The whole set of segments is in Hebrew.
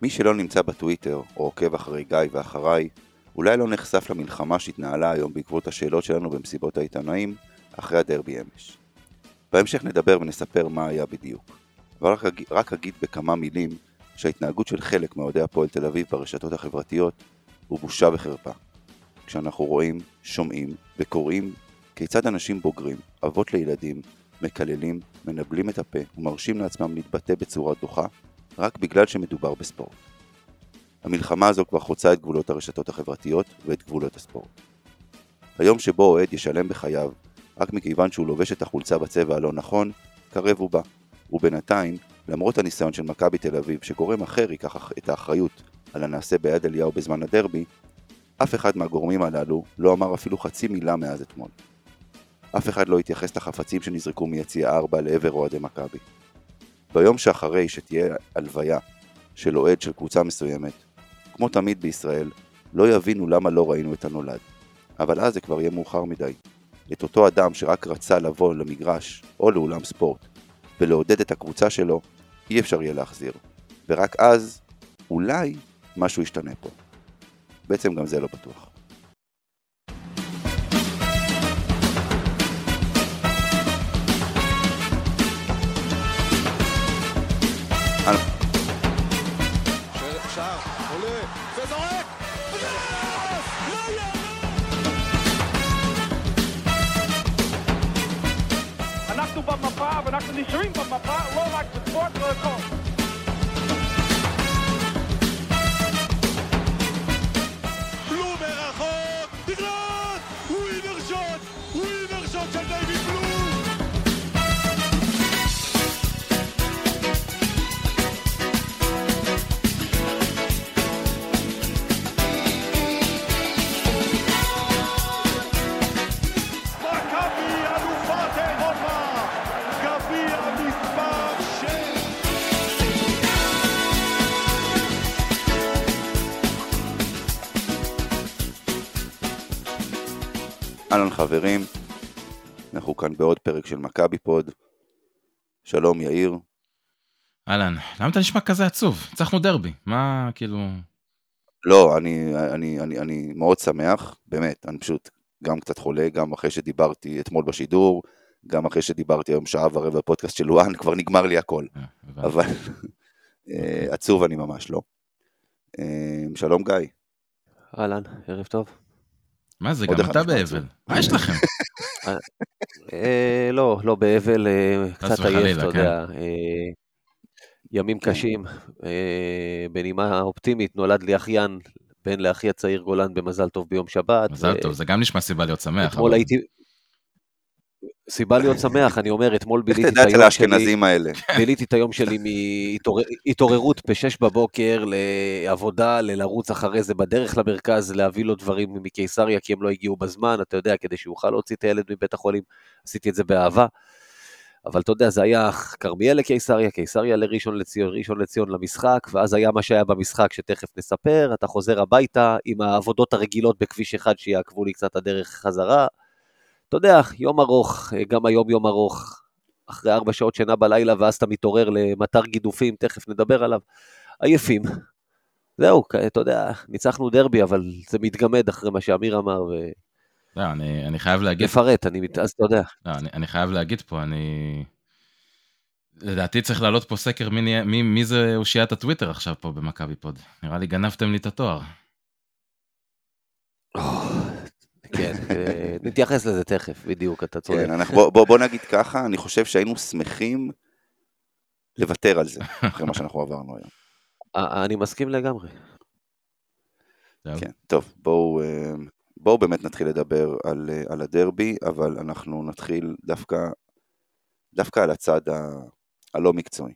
מי שלא נמצא בטוויטר או עוקב אחרי גיא ואחריי, אולי לא נחשף למלחמה שהתנהלה היום בעקבות השאלות שלנו במסיבות העיתונאים אחרי הדרבי אמש. בהמשך נדבר ונספר מה היה בדיוק. אבל רק אגיד בכמה מילים שההתנהגות של חלק מאוהדי הפועל תל אביב ברשתות החברתיות הוא בושה וחרפה. כשאנחנו רואים, שומעים וקוראים כיצד אנשים בוגרים, אבות לילדים, מקללים, מנבלים את הפה ומרשים לעצמם להתבטא בצורה דוחה רק בגלל שמדובר בספורט. המלחמה הזו כבר חוצה את גבולות הרשתות החברתיות ואת גבולות הספורט. היום שבו אוהד ישלם בחייו רק מכיוון שהוא לובש את החולצה בצבע הלא נכון, קרב הוא בא. ובינתיים, למרות הניסיון של מכבי תל אביב שגורם אחר ייקח את האחריות על הנעשה ביד אליהו בזמן הדרבי, אף אחד מהגורמים הללו לא אמר אפילו חצי מילה מאז אתמול. אף אחד לא התייחס לחפצים שנזרקו מיציע 4 לעבר אוהדי מכבי. ביום שאחרי שתהיה הלוויה של אוהד של קבוצה מסוימת, כמו תמיד בישראל, לא יבינו למה לא ראינו את הנולד. אבל אז זה כבר יהיה מאוחר מדי. את אותו אדם שרק רצה לבוא למגרש או לאולם ספורט ולעודד את הקבוצה שלו, אי אפשר יהיה להחזיר. ורק אז, אולי, משהו ישתנה פה. בעצם גם זה לא בטוח. שער, עולה, וזורק! אנחנו במפה ואנחנו נשארים במפה, לא רק בספורט, לא הכל. בלום מרחוק, תגלת! ווינר שוט של דיוויד בלום! אהלן חברים, אנחנו כאן בעוד פרק של מכבי פוד. שלום יאיר. אהלן, למה אתה נשמע כזה עצוב? צריכנו דרבי, מה כאילו... לא, אני מאוד שמח, באמת, אני פשוט גם קצת חולה, גם אחרי שדיברתי אתמול בשידור, גם אחרי שדיברתי היום שעה ורבע בפודקאסט של לואן, כבר נגמר לי הכל. אבל עצוב אני ממש לא. שלום גיא. אהלן, ערב טוב. מה זה, גם אתה באבל? מה יש לכם? לא באבל, קצת עייף, אתה כן. יודע. ימים קשים, בנימה אופטימית, נולד לי אחיין, בן לאחי הצעיר גולן במזל טוב ביום שבת. מזל טוב, זה גם נשמע סיבה להיות שמח. אתמול הייתי... סיבה להיות שמח, אני אומר, אתמול ביליתי את תדעת היום לאשכנזים האלה. ביליתי את היום שלי מהתעוררות ב-6 בבוקר לעבודה, לרוץ אחרי זה בדרך למרכז, להביא לו דברים מקיסריה, כי הם לא הגיעו בזמן, אתה יודע, כדי שיוכל להוציא את הילד מבית החולים, עשיתי את זה באהבה, אבל אתה יודע, זה היה כרמיאל לקיסריה, קיסריה לראשון לציון, ראשון לציון למשחק, ואז היה מה שהיה במשחק שתכף נספר, אתה חוזר הביתה עם העבודות הרגילות בכביש אחד שיעקבו לי קצת הדרך חזרה, אתה יודע, יום ארוך, גם היום יום ארוך, אחרי 4 שעות שינה בלילה, ואז אתה מתעורר למטר גידופים, תכף נדבר עליו, עייפים. זהו, אתה יודע, ניצחנו דרבי, אבל זה מתגמד אחרי מה שאמיר אמר, לא, אני חייב להגיד... לפרט, אז אתה יודע. לא, אני חייב להגיד פה, לדעתי צריך לעלות פה סקר מי זה אושיית הטוויטר עכשיו פה במכבי פוד. נראה לי גנבתם לי את התואר. כן, נתייחס לזה תכף, בדיוק, אתה צודק. כן, בוא נגיד ככה, אני חושב שהיינו שמחים לוותר על זה, אחרי מה שאנחנו עברנו היום. אני מסכים לגמרי. כן, טוב, בואו באמת נתחיל לדבר על הדרבי, אבל אנחנו נתחיל דווקא על הצד הלא מקצועי.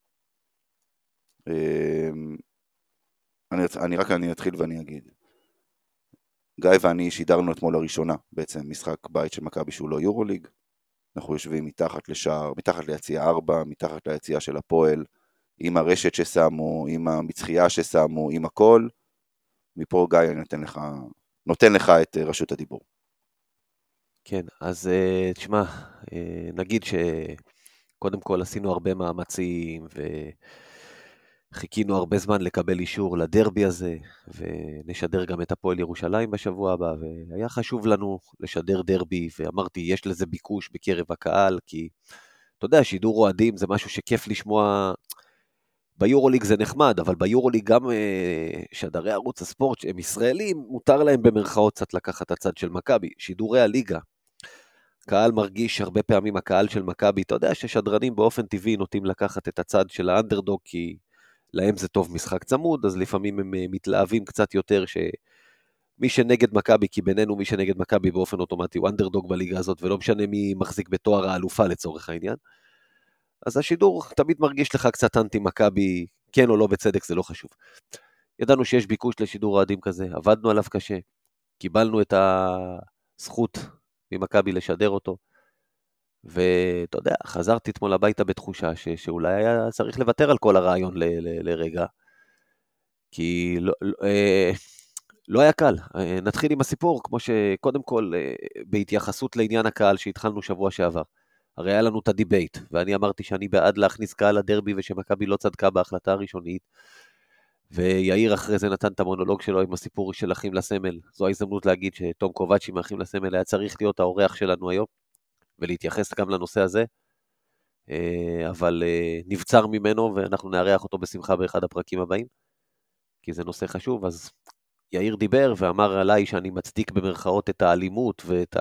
אני אתחיל ואני אגיד. גיא ואני שידרנו אתמול לראשונה, בעצם משחק בית של מכבי שהוא לא יורוליג, אנחנו יושבים מתחת לשער, מתחת ליציאה 4, מתחת ליציאה של הפועל, עם הרשת ששמו, עם המצחייה ששמו, עם הכל, מפה גיא אני נותן לך את רשות הדיבור. כן, אז תשמע, נגיד שקודם כל עשינו הרבה מאמצים, חיכינו הרבה זמן לקבל אישור לדרבי הזה, ונשדר גם את הפועל ירושלים בשבוע הבא, והיה חשוב לנו לשדר דרבי, ואמרתי, יש לזה ביקוש בקרב הקהל, כי אתה יודע, שידור אוהדים זה משהו שכיף לשמוע, ביורוליג זה נחמד, אבל ביורוליג גם שדרי ערוץ הספורט, הם ישראלים, מותר להם במרכאות קצת לקחת את הצד של מכבי, שידורי הליגה. קהל מרגיש הרבה פעמים הקהל של מכבי, אתה יודע ששדרנים באופן טבעי נוטים לקחת את הצד של האנדרדוג, כי להם זה טוב משחק צמוד, אז לפעמים הם מתלהבים קצת יותר שמי שנגד מכבי, כי בינינו מי שנגד מכבי באופן אוטומטי הוא אנדרדוג בליגה הזאת, ולא משנה מי מחזיק בתואר האלופה לצורך העניין. אז השידור תמיד מרגיש לך קצת אנטי מכבי, כן או לא בצדק, זה לא חשוב. ידענו שיש ביקוש לשידור אוהדים כזה, עבדנו עליו קשה, קיבלנו את הזכות ממכבי לשדר אותו, ואתה יודע, חזרתי אתמול הביתה בתחושה שאולי היה צריך לוותר על כל הרעיון לרגע, כי לא היה קל. נתחיל עם הסיפור, כמו שקודם כל, בהתייחסות לעניין הקהל שהתחלנו שבוע שעבר, הרי היה לנו את הדיבייט, ואני אמרתי שאני בעד להכניס קהל לדרבי, ושמכבי לא צדקה בהחלטה הראשונית, ויאיר אחרי זה נתן את המונולוג שלו עם הסיפור של אחים לסמל. זו ההזדמנות להגיד שתום קובצ'י מאחים לסמל היה צריך להיות האורח שלנו היום, ולהתייחס גם לנושא הזה, אבל נבצר ממנו, ואנחנו נארח אותו בשמחה באחד הפרקים הבאים, כי זה נושא חשוב. אז יאיר דיבר ואמר עליי שאני מצדיק במרכאות את האלימות, ואת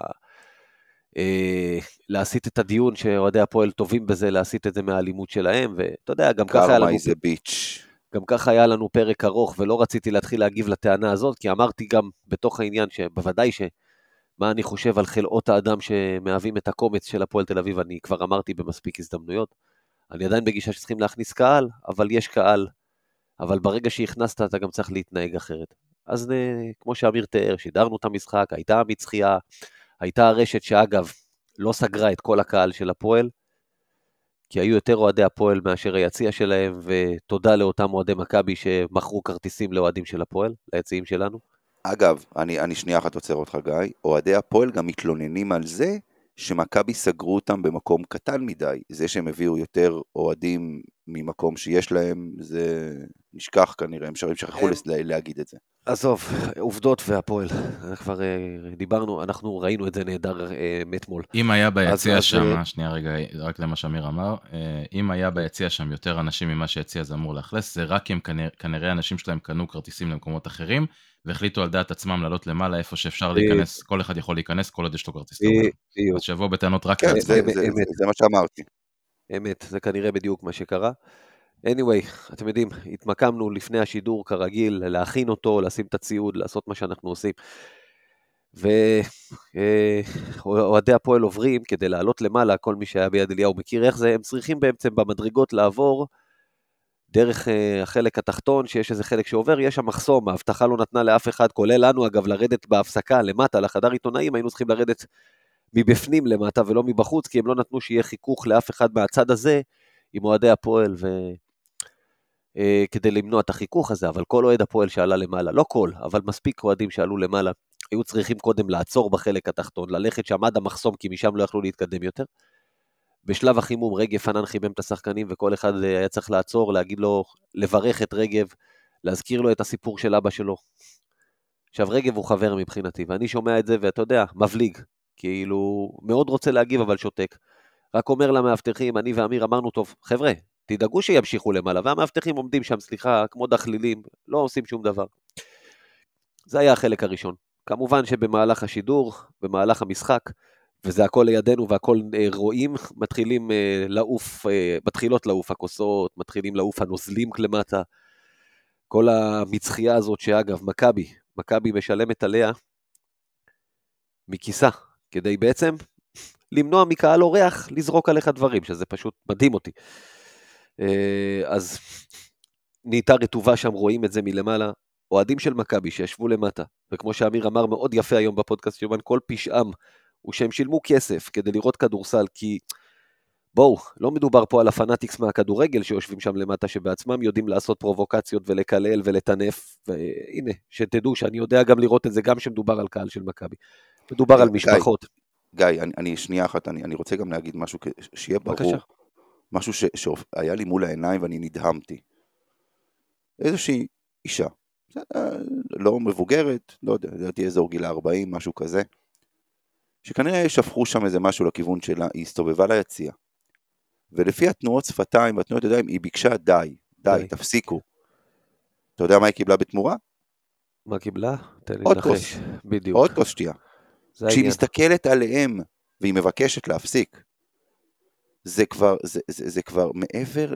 להסיט את הדיון שאוהדי הפועל טובים בזה, להסיט את זה מהאלימות שלהם, ואתה יודע, גם ככה היה לנו... גם ככה היה לנו פרק ארוך, ולא רציתי להתחיל להגיב לטענה הזאת, כי אמרתי גם בתוך העניין שבוודאי מה אני חושב על חלאות האדם שמהווים את הקומץ של הפועל תל אביב, אני כבר אמרתי במספיק הזדמנויות. אני עדיין בגישה שצריכים להכניס קהל, אבל יש קהל, אבל ברגע שהכנסת אתה גם צריך להתנהג אחרת. אז כמו שאמיר תיאר, שידרנו את המשחק, הייתה מצחייה, הייתה הרשת שאגב לא סגרה את כל הקהל של הפועל, כי היו יותר אוהדי הפועל מאשר היציע שלהם, ותודה לאותם אוהדי מכבי שמכרו כרטיסים לאוהדים של הפועל, ליציעים שלנו. אגב, אני שנייה אחת עוצר אותך גיא, אוהדי הפועל גם מתלוננים על זה, שמכבי סגרו אותם במקום קטן מדי, זה שהם הביאו יותר אוהדים ממקום שיש להם, זה נשכח כנראה, הם שכחו להגיד את זה. עזוב, עובדות והפועל, כבר דיברנו, אנחנו ראינו את זה נהדר מאתמול. אם היה ביציע שם, שנייה רגע, רק למה שאמיר אמר, אם היה ביציע שם יותר אנשים ממה שיציע זה אמור לאכלס, זה רק אם כנראה אנשים שלהם קנו כרטיסים למקומות אחרים, והחליטו על דעת עצמם לעלות למעלה, איפה שאפשר להיכנס, כל אחד יכול להיכנס, כל עוד יש לו כרטיס טוב. אז שיבוא בטענות רק לעצמם. זה מה שאמרתי. אמת, זה כנראה בדיוק מה שקרה. anyway, אתם יודעים, התמקמנו לפני השידור כרגיל, להכין אותו, לשים את הציוד, לעשות מה שאנחנו עושים. ואוהדי הפועל עוברים, כדי לעלות למעלה, כל מי שהיה ביד אליהו מכיר איך זה, הם צריכים בעצם במדרגות לעבור, דרך החלק התחתון, שיש איזה חלק שעובר, יש שם מחסום, ההבטחה לא נתנה לאף אחד, כולל לנו אגב, לרדת בהפסקה למטה, לחדר עיתונאים, היינו צריכים לרדת מבפנים למטה ולא מבחוץ, כי הם לא נתנו שיהיה חיכוך לאף אחד מהצד הזה, עם אוהדי הפועל, כדי למנוע את החיכוך הזה, אבל כל אוהד הפועל שעלה למעלה, לא כל, אבל מספיק אוהדים שעלו למעלה, היו צריכים קודם לעצור בחלק התחתון, ללכת שם עד המחסום, כי משם לא יכלו להתקדם יותר. בשלב החימום רגב פנן חימם את השחקנים, וכל אחד היה צריך לעצור, להגיד לו, לברך את רגב, להזכיר לו את הסיפור של אבא שלו. עכשיו רגב הוא חבר מבחינתי, ואני שומע את זה, ואתה יודע, מבליג, כאילו, מאוד רוצה להגיב, אבל שותק. רק אומר למאבטחים, אני ואמיר אמרנו, טוב, חבר'ה, תדאגו שימשיכו למעלה, והמאבטחים עומדים שם, סליחה, כמו דחלילים, לא עושים שום דבר. זה היה החלק הראשון. כמובן שבמהלך השידור, במהלך המשחק, וזה הכל לידינו והכל רואים, מתחילות לעוף הכוסות, מתחילים לעוף הנוזלים למטה, כל המצחייה הזאת שאגב, מכבי משלמת עליה מכיסה, כדי בעצם למנוע מקהל אורח לזרוק עליך דברים, שזה פשוט מדהים אותי. אז נהייתה רטובה שם, רואים את זה מלמעלה, אוהדים של מכבי שישבו למטה, וכמו שאמיר אמר מאוד יפה היום בפודקאסט, יומן כל פשעם, הוא שהם שילמו כסף כדי לראות כדורסל, כי בואו, לא מדובר פה על הפנאטיקס מהכדורגל שיושבים שם למטה, שבעצמם יודעים לעשות פרובוקציות ולקלל ולטנף, והנה, שתדעו שאני יודע גם לראות את זה, גם שמדובר על קהל של מכבי. מדובר על משפחות. גיא, אני שנייה אחת, אני רוצה גם להגיד משהו שיהיה ברור, משהו שהיה לי מול העיניים ואני נדהמתי. איזושהי אישה, לא מבוגרת, לא יודע, לדעתי אזור גילה 40, משהו כזה, שכנראה שפכו שם איזה משהו לכיוון שלה, היא הסתובבה ליציאה, ולפי התנועות שפתיים והתנועות ידיים, היא ביקשה די, תפסיקו. אתה יודע מה היא קיבלה בתמורה? מה קיבלה? תן לי עוד לנחש. כוס. בדיוק. עוד כוס שתייה. זה כשהיא העניין. מסתכלת עליהם, והיא מבקשת להפסיק, זה כבר מעבר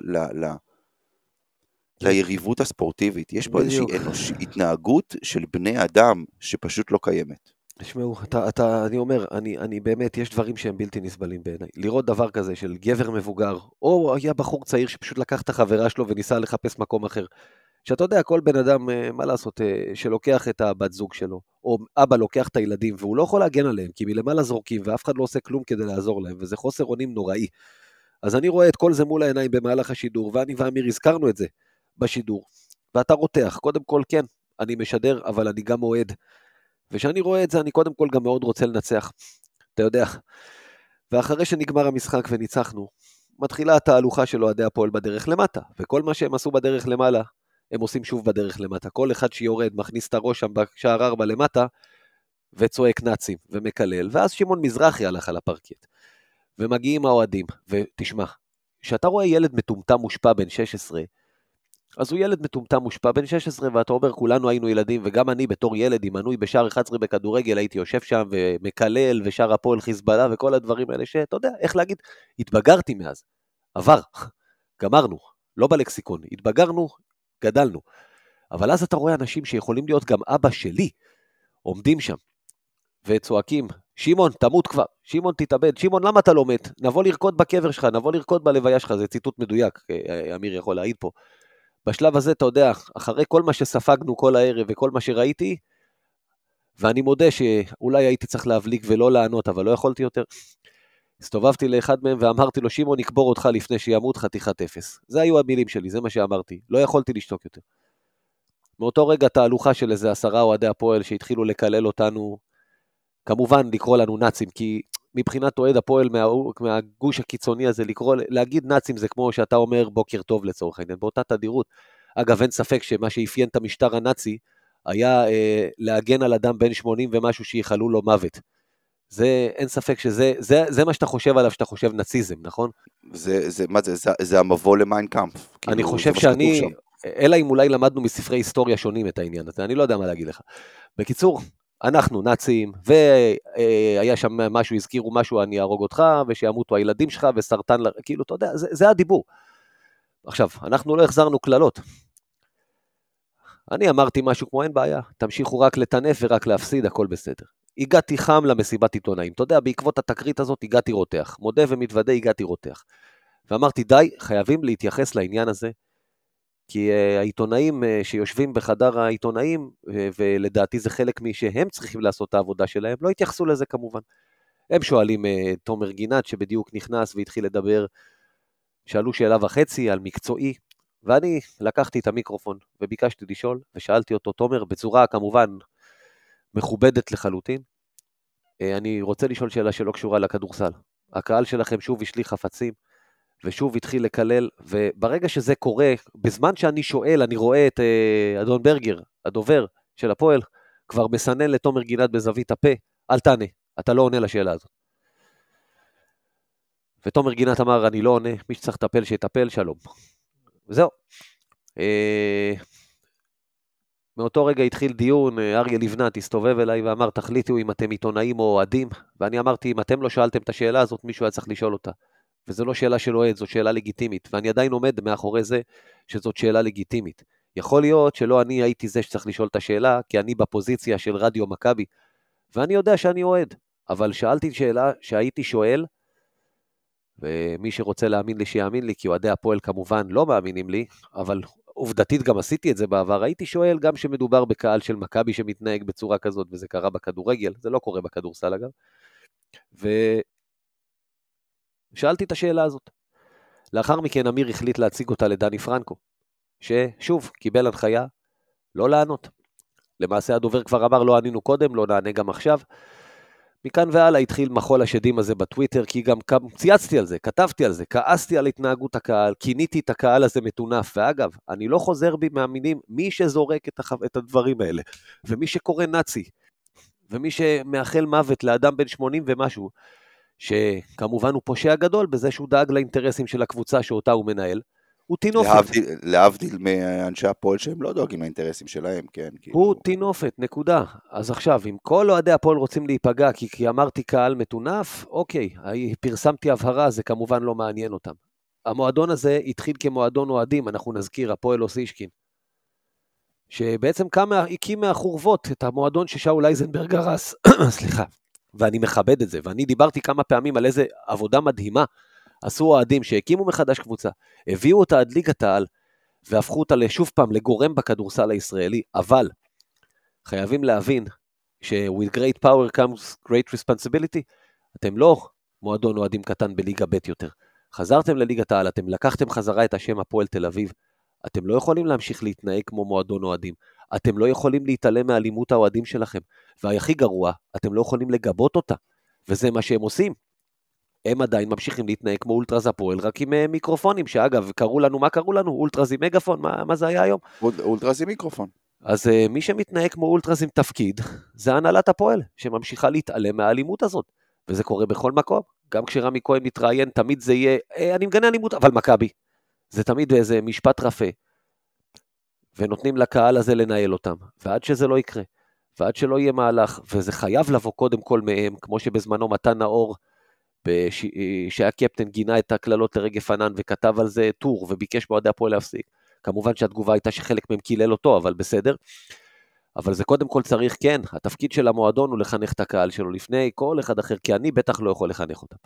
ליריבות הספורטיבית. יש פה איזושהי התנהגות של בני אדם שפשוט לא קיימת. תשמעו, אני אומר, אני באמת, יש דברים שהם בלתי נסבלים בעיניי. לראות דבר כזה של גבר מבוגר, או היה בחור צעיר שפשוט לקח את החברה שלו וניסה לחפש מקום אחר. שאתה יודע, כל בן אדם, מה לעשות, שלוקח את הבת זוג שלו, או אבא לוקח את הילדים, והוא לא יכול להגן עליהם, כי מלמעלה זורקים, ואף אחד לא עושה כלום כדי לעזור להם, וזה חוסר אונים נוראי. אז אני רואה את כל זה מול העיניים במהלך השידור, ואני ואמיר הזכרנו את זה בשידור. ואתה רותח, קודם כל כן, אני משדר, אבל אני גם אוהד. ושאני רואה את זה, אני קודם כל גם מאוד רוצה לנצח. אתה יודע. ואחרי שנגמר המשחק וניצחנו, מתחילה התהלוכה של אוהדי הפועל בדרך למטה, וכל מה שהם עשו בדרך למעלה, הם עושים שוב בדרך למטה. כל אחד שיורד, מכניס את הראש שם בשער 4 למטה, וצועק נאצים ומקלל, ואז שמעון מזרחי הלך על הפרקט. ומגיעים האוהדים, ותשמע, כשאתה רואה ילד מטומטם מושפע בן 16, אז הוא ילד מטומטם מושפע בן 16, ואתה אומר, כולנו היינו ילדים, וגם אני בתור ילד, עם מנוי בשער 11 בכדורגל, הייתי יושב שם ומקלל, ושער הפועל חיזבאללה, וכל הדברים האלה שאתה יודע, איך להגיד, התבגרתי מאז, עבר, גמרנו, לא בלקסיקון, התבגרנו, גדלנו. אבל אז אתה רואה אנשים שיכולים להיות גם אבא שלי, עומדים שם, וצועקים, שמעון, תמות כבר, שמעון תתאבד, שמעון, למה אתה לא מת? נבוא לרקוד בקבר שלך, נבוא לרקוד בלוויה שלך, זה ציטוט מדויק, אמיר יכול להעיד פה. בשלב הזה, אתה יודע, אחרי כל מה שספגנו כל הערב וכל מה שראיתי, ואני מודה שאולי הייתי צריך להבליג ולא לענות, אבל לא יכולתי יותר, הסתובבתי לאחד מהם ואמרתי לו, שמעון יקבור אותך לפני שימות חתיכת אפס. זה היו המילים שלי, זה מה שאמרתי, לא יכולתי לשתוק יותר. מאותו רגע תהלוכה של איזה 10 אוהדי הפועל שהתחילו לקלל אותנו, כמובן לקרוא לנו נאצים, כי מבחינת אוהד הפועל מהגוש הקיצוני הזה, להגיד נאצים זה כמו שאתה אומר בוקר טוב לצורך העניין, באותה תדירות. אגב, אין ספק שמה שאפיין את המשטר הנאצי, היה להגן על אדם בן 80 ומשהו שיחלו לו מוות. אין ספק שזה מה שאתה חושב עליו, שאתה חושב נאציזם, נכון? זה המבוא למיין קאמפ. אני חושב שאני, אלא אם אולי למדנו מספרי היסטוריה שונים את העניין הזה, אני לא יודע מה להגיד לך. בקיצור, אנחנו נאצים, והיה שם משהו, הזכירו משהו, אני ארוג אותך, ושימותו הילדים שלך, וסרטן, כאילו, אתה יודע, זה הדיבור. עכשיו, אנחנו לא החזרנו כללות. אני אמרתי משהו כמו אין בעיה, תמשיכו רק לטנף ורק להפסיד, הכל בסדר. הגעתי חם למסיבת עיתונאים, אתה יודע, בעקבות התקרית הזאת הגעתי רותח, מודה ומתוודה הגעתי רותח. ואמרתי, די, חייבים להתייחס לעניין הזה, כי העיתונאים שיושבים בחדר העיתונאים, ולדעתי זה חלק שהם צריכים לעשות את העבודה שלהם, לא התייחסו לזה כמובן. הם שואלים תומר גינת שבדיוק נכנס והתחיל לדבר, שאלו שאלה וחצי על מקצועי, ואני לקחתי את המיקרופון וביקשתי לשאול, ושאלתי אותו תומר בצורה כמובן מכובדת לחלוטין, אני רוצה לשאול שאלה שלא קשורה לכדורסל. הקהל שלכם שוב השליך חפצים, ושוב התחיל לקלל, וברגע שזה קורה, בזמן שאני שואל, אני רואה את אדון ברגר, הדובר של הפועל, כבר מסנן לתומר גינת בזווית הפה, אל תענה, אתה לא עונה לשאלה הזאת. ותומר גינת אמר, אני לא עונה, מי שצריך לטפל שיטפל, שלום. וזהו. מאותו רגע התחיל דיון, אריה לבנת הסתובב אליי ואמר, תחליטו אם אתם עיתונאים או אוהדים, ואני אמרתי, אם אתם לא שאלתם את השאלה הזאת, מישהו היה צריך לשאול אותה. וזו לא שאלה של אוהד, זו שאלה לגיטימית, ואני עדיין עומד מאחורי זה שזאת שאלה לגיטימית. יכול להיות שלא אני הייתי זה שצריך לשאול את השאלה, כי אני בפוזיציה של רדיו מכבי, ואני יודע שאני אוהד, אבל שאלתי שאלה שהייתי שואל, ומי שרוצה להאמין לי שיאמין לי, כי אוהדי הפועל כמובן לא מאמינים לי, אבל עובדתית גם עשיתי את זה בעבר, הייתי שואל גם שמדובר בקהל של מכבי שמתנהג בצורה כזאת, וזה קרה בכדורגל, זה לא קורה בכדורסל אגב, שאלתי את השאלה הזאת. לאחר מכן אמיר החליט להציג אותה לדני פרנקו, ששוב קיבל הנחיה לא לענות. למעשה הדובר כבר אמר לא ענינו קודם, לא נענה גם עכשיו. מכאן והלאה התחיל מחול השדים הזה בטוויטר, כי גם צייצתי על זה, כתבתי על זה, כעסתי על התנהגות הקהל, כיניתי את הקהל הזה מטונף, ואגב, אני לא חוזר בי מהמינים, מי שזורק את הדברים האלה, ומי שקורא נאצי, ומי שמאחל מוות לאדם בן 80 ומשהו, שכמובן הוא פושע גדול בזה שהוא דאג לאינטרסים של הקבוצה שאותה הוא מנהל, הוא תינופת. להבדיל מאנשי הפועל שהם לא דואגים לאינטרסים שלהם, כן. הוא תינופת, נקודה. אז עכשיו, אם כל אוהדי הפועל רוצים להיפגע, כי אמרתי קהל מטונף, אוקיי, פרסמתי הבהרה, זה כמובן לא מעניין אותם. המועדון הזה התחיל כמועדון אוהדים, אנחנו נזכיר, הפועל אוסישקין, שבעצם הקים מהחורבות את המועדון ששאול אייזנברג הרס, סליחה, ואני מכבד את זה, ואני דיברתי כמה פעמים על איזה עבודה מדהימה, עשו אוהדים שהקימו מחדש קבוצה, הביאו אותה עד ליגת העל, והפכו אותה שוב פעם לגורם בכדורסל הישראלי, אבל חייבים להבין ש-with great power comes great responsibility, אתם לא מועדון אוהדים קטן בליגה ב' יותר, חזרתם לליגת העל, אתם לקחתם חזרה את השם הפועל תל אביב, אתם לא יכולים להמשיך להתנהג כמו מועדון אוהדים, אתם לא יכולים להתעלם מאלימות האוהדים שלכם, והכי גרוע, אתם לא יכולים לגבות אותה, וזה מה שהם עושים. הם עדיין ממשיכים להתנהג כמו אולטרז הפועל, רק עם מיקרופונים, שאגב, מה קראו לנו? אולטרז עם מגפון, מה זה היה היום? אולטרז עם מיקרופון. אז מי שמתנהג כמו אולטרז עם תפקיד, זה הנהלת הפועל, שממשיכה להתעלם מהאלימות הזאת, וזה קורה בכל מקום, גם כשרמי כהן מתראיין, תמיד זה יהיה, אני מגנה אלימות, אבל מכבי, זה תמיד איזה משפט רפה, ונותנים לקהל הזה לנהל אותם, ועד שזה לא יקרה, ועד שלא יהיה מהלך, וזה חייב לבוא קודם כל מהם, כמו שבזמנו מתן נאור, שהיה קפטן גינה את הכללות לרגף ענן, וכתב על זה טור, וביקש מועדי הפועל להפסיק, כמובן שהתגובה הייתה שחלק מהם קילל אותו, אבל בסדר, אבל זה קודם כל צריך, כן, התפקיד של המועדון הוא לחנך את הקהל שלו, לפני כל אחד אחר, כי אני בטח לא יכול לחנך אותם.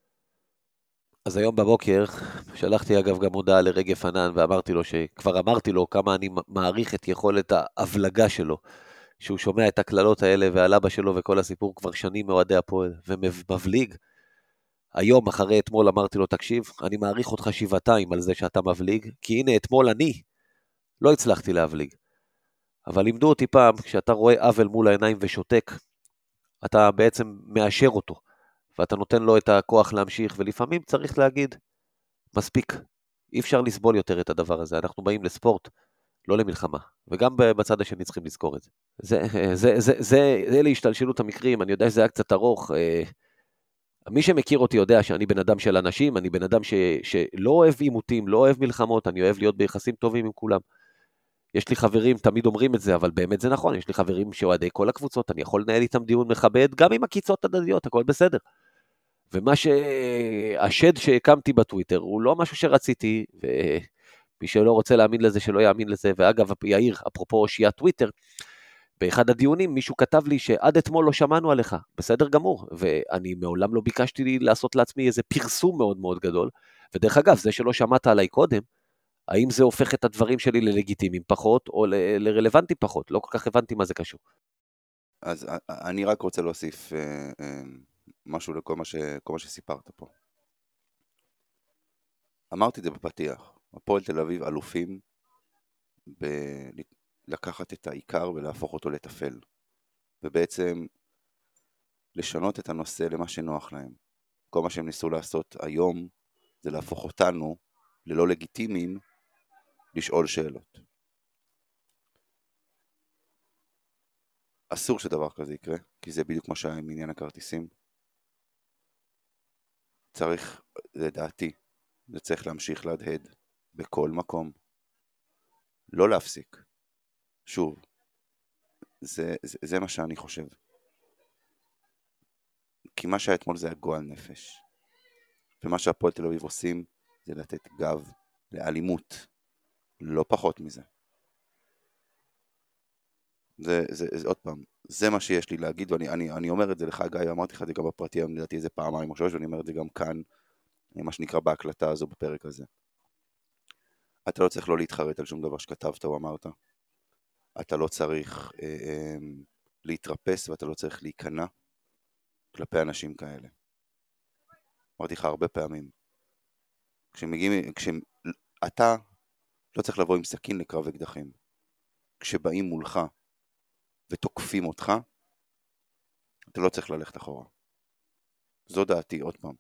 אז היום בבוקר, שלחתי אגב גם הודעה לרגף ענן, ואמרתי לו שכבר אמרתי לו כמה אני מעריך את יכולת ההבלגה שלו, שהוא שומע את הכללות האלה ועל אבא שלו וכל הסיפור כבר שנים מאוהדי הפועל, ומבליג. היום אחרי אתמול אמרתי לו, תקשיב, אני מעריך אותך שבעתיים על זה שאתה מבליג, כי הנה אתמול אני לא הצלחתי להבליג. אבל לימדו אותי פעם, כשאתה רואה עוול מול העיניים ושותק, אתה בעצם מאשר אותו. ואתה נותן לו את הכוח להמשיך, ולפעמים צריך להגיד, מספיק, אי אפשר לסבול יותר את הדבר הזה, אנחנו באים לספורט, לא למלחמה, וגם בצד השני צריכים לזכור את זה. זה להשתלשלות המקרים, אני יודע שזה היה קצת ארוך, מי שמכיר אותי יודע שאני בן אדם של אנשים, אני בן אדם שלא אוהב עימותים, לא אוהב מלחמות, אני אוהב להיות ביחסים טובים עם כולם. יש לי חברים, תמיד אומרים את זה, אבל באמת זה נכון, יש לי חברים שאוהדי כל הקבוצות, אני יכול לנהל איתם דיון מכבד, גם עם הקיצות הדדיות, הכל בסדר. השד שהקמתי בטוויטר, הוא לא משהו שרציתי, ומי שלא רוצה להאמין לזה, שלא יאמין לזה, ואגב, יאיר, אפרופו שיעת טוויטר, באחד הדיונים מישהו כתב לי שעד אתמול לא שמענו עליך, בסדר גמור, ואני מעולם לא ביקשתי לעשות לעצמי איזה פרסום מאוד מאוד גדול, ודרך אגב, זה שלא שמעת עליי קודם, האם זה הופך את הדברים שלי ללגיטימיים פחות, או לרלוונטיים פחות, לא כל כך הבנתי מה זה קשור. אז אני רק רוצה להוסיף משהו לכל מה שסיפרת פה. אמרתי את זה בפתיח, הפועל תל אביב אלופים לקחת את העיקר ולהפוך אותו לטפל, ובעצם לשנות את הנושא למה שנוח להם. כל מה שהם ניסו לעשות היום, זה להפוך אותנו ללא לגיטימיים לשאול שאלות. אסור שדבר כזה יקרה, כי זה בדיוק מה שהיה עם עניין הכרטיסים. צריך, לדעתי, זה צריך להמשיך להדהד בכל מקום. לא להפסיק. שוב, זה מה שאני חושב. כי מה שהיה אתמול זה היה גועל נפש. ומה שהפועל תל אביב עושים זה לתת גב לאלימות. לא פחות מזה. זה עוד פעם, זה מה שיש לי להגיד, ואני אומר את זה לך גיא, אמרתי לך את זה גם בפרטי, אני לדעתי איזה פעמיים או שלוש, ואני אומר את זה גם כאן, מה שנקרא בהקלטה הזו בפרק הזה. אתה לא צריך לא להתחרט על שום דבר שכתבת או אמרת. אתה לא צריך להתרפס, ואתה לא צריך להיכנע כלפי אנשים כאלה. אמרתי לך הרבה פעמים. אתה לא צריך לבוא עם סכין לקרב אקדחים. כשבאים מולך ותוקפים אותך, אתה לא צריך ללכת אחורה. זו דעתי, עוד פעם,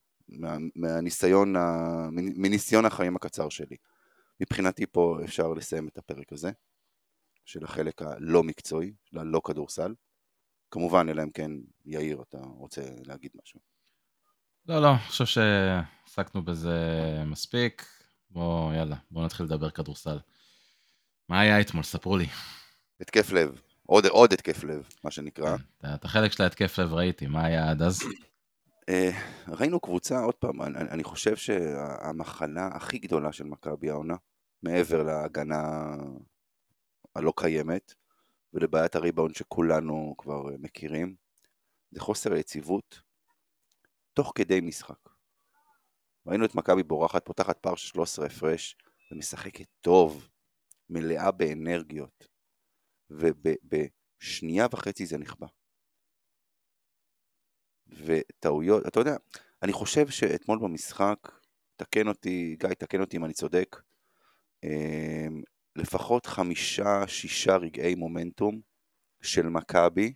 מניסיון החיים הקצר שלי. מבחינתי פה אפשר לסיים את הפרק הזה, של החלק הלא מקצועי, של הלא כדורסל. כמובן, אלא אם כן, יאיר, אתה רוצה להגיד משהו. לא, אני חושב שעסקנו בזה מספיק. יאללה, בואו נתחיל לדבר כדורסל. מה היה אתמול? ספרו לי. התקף לב, עוד התקף לב, מה שנקרא. את החלק של ההתקף לב ראיתי, מה היה עד אז? ראינו קבוצה, עוד פעם, אני חושב שהמחלה הכי גדולה של מכבי העונה, מעבר להגנה הלא קיימת, ולבעיית הריבאונד שכולנו כבר מכירים, זה חוסר היציבות, תוך כדי משחק. ראינו את מכבי בורחת, פותחת פער של 13 הפרש, ומשחקת טוב, מלאה באנרגיות, ובשנייה וחצי זה נכבה. וטעויות, אתה יודע, אני חושב שאתמול במשחק, תקן אותי, גיא, תקן אותי אם אני צודק, לפחות 5-6 רגעי מומנטום של מכבי,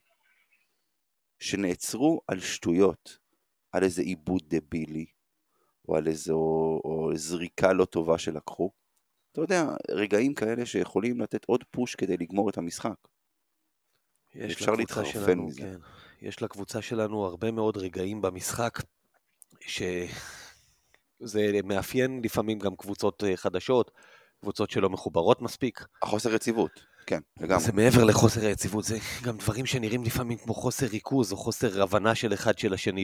שנעצרו על שטויות, על איזה עיבוד דבילי, או על או זריקה לא טובה שלקחו. אתה יודע, רגעים כאלה שיכולים לתת עוד פוש כדי לגמור את המשחק. אפשר להתחרפן מזה. כן. יש לקבוצה שלנו הרבה מאוד רגעים במשחק, שזה מאפיין לפעמים גם קבוצות חדשות, קבוצות שלא מחוברות מספיק. החוסר יציבות, כן, לגמרי. זה מעבר לחוסר היציבות, זה גם דברים שנראים לפעמים כמו חוסר ריכוז, או חוסר הבנה של אחד של השני,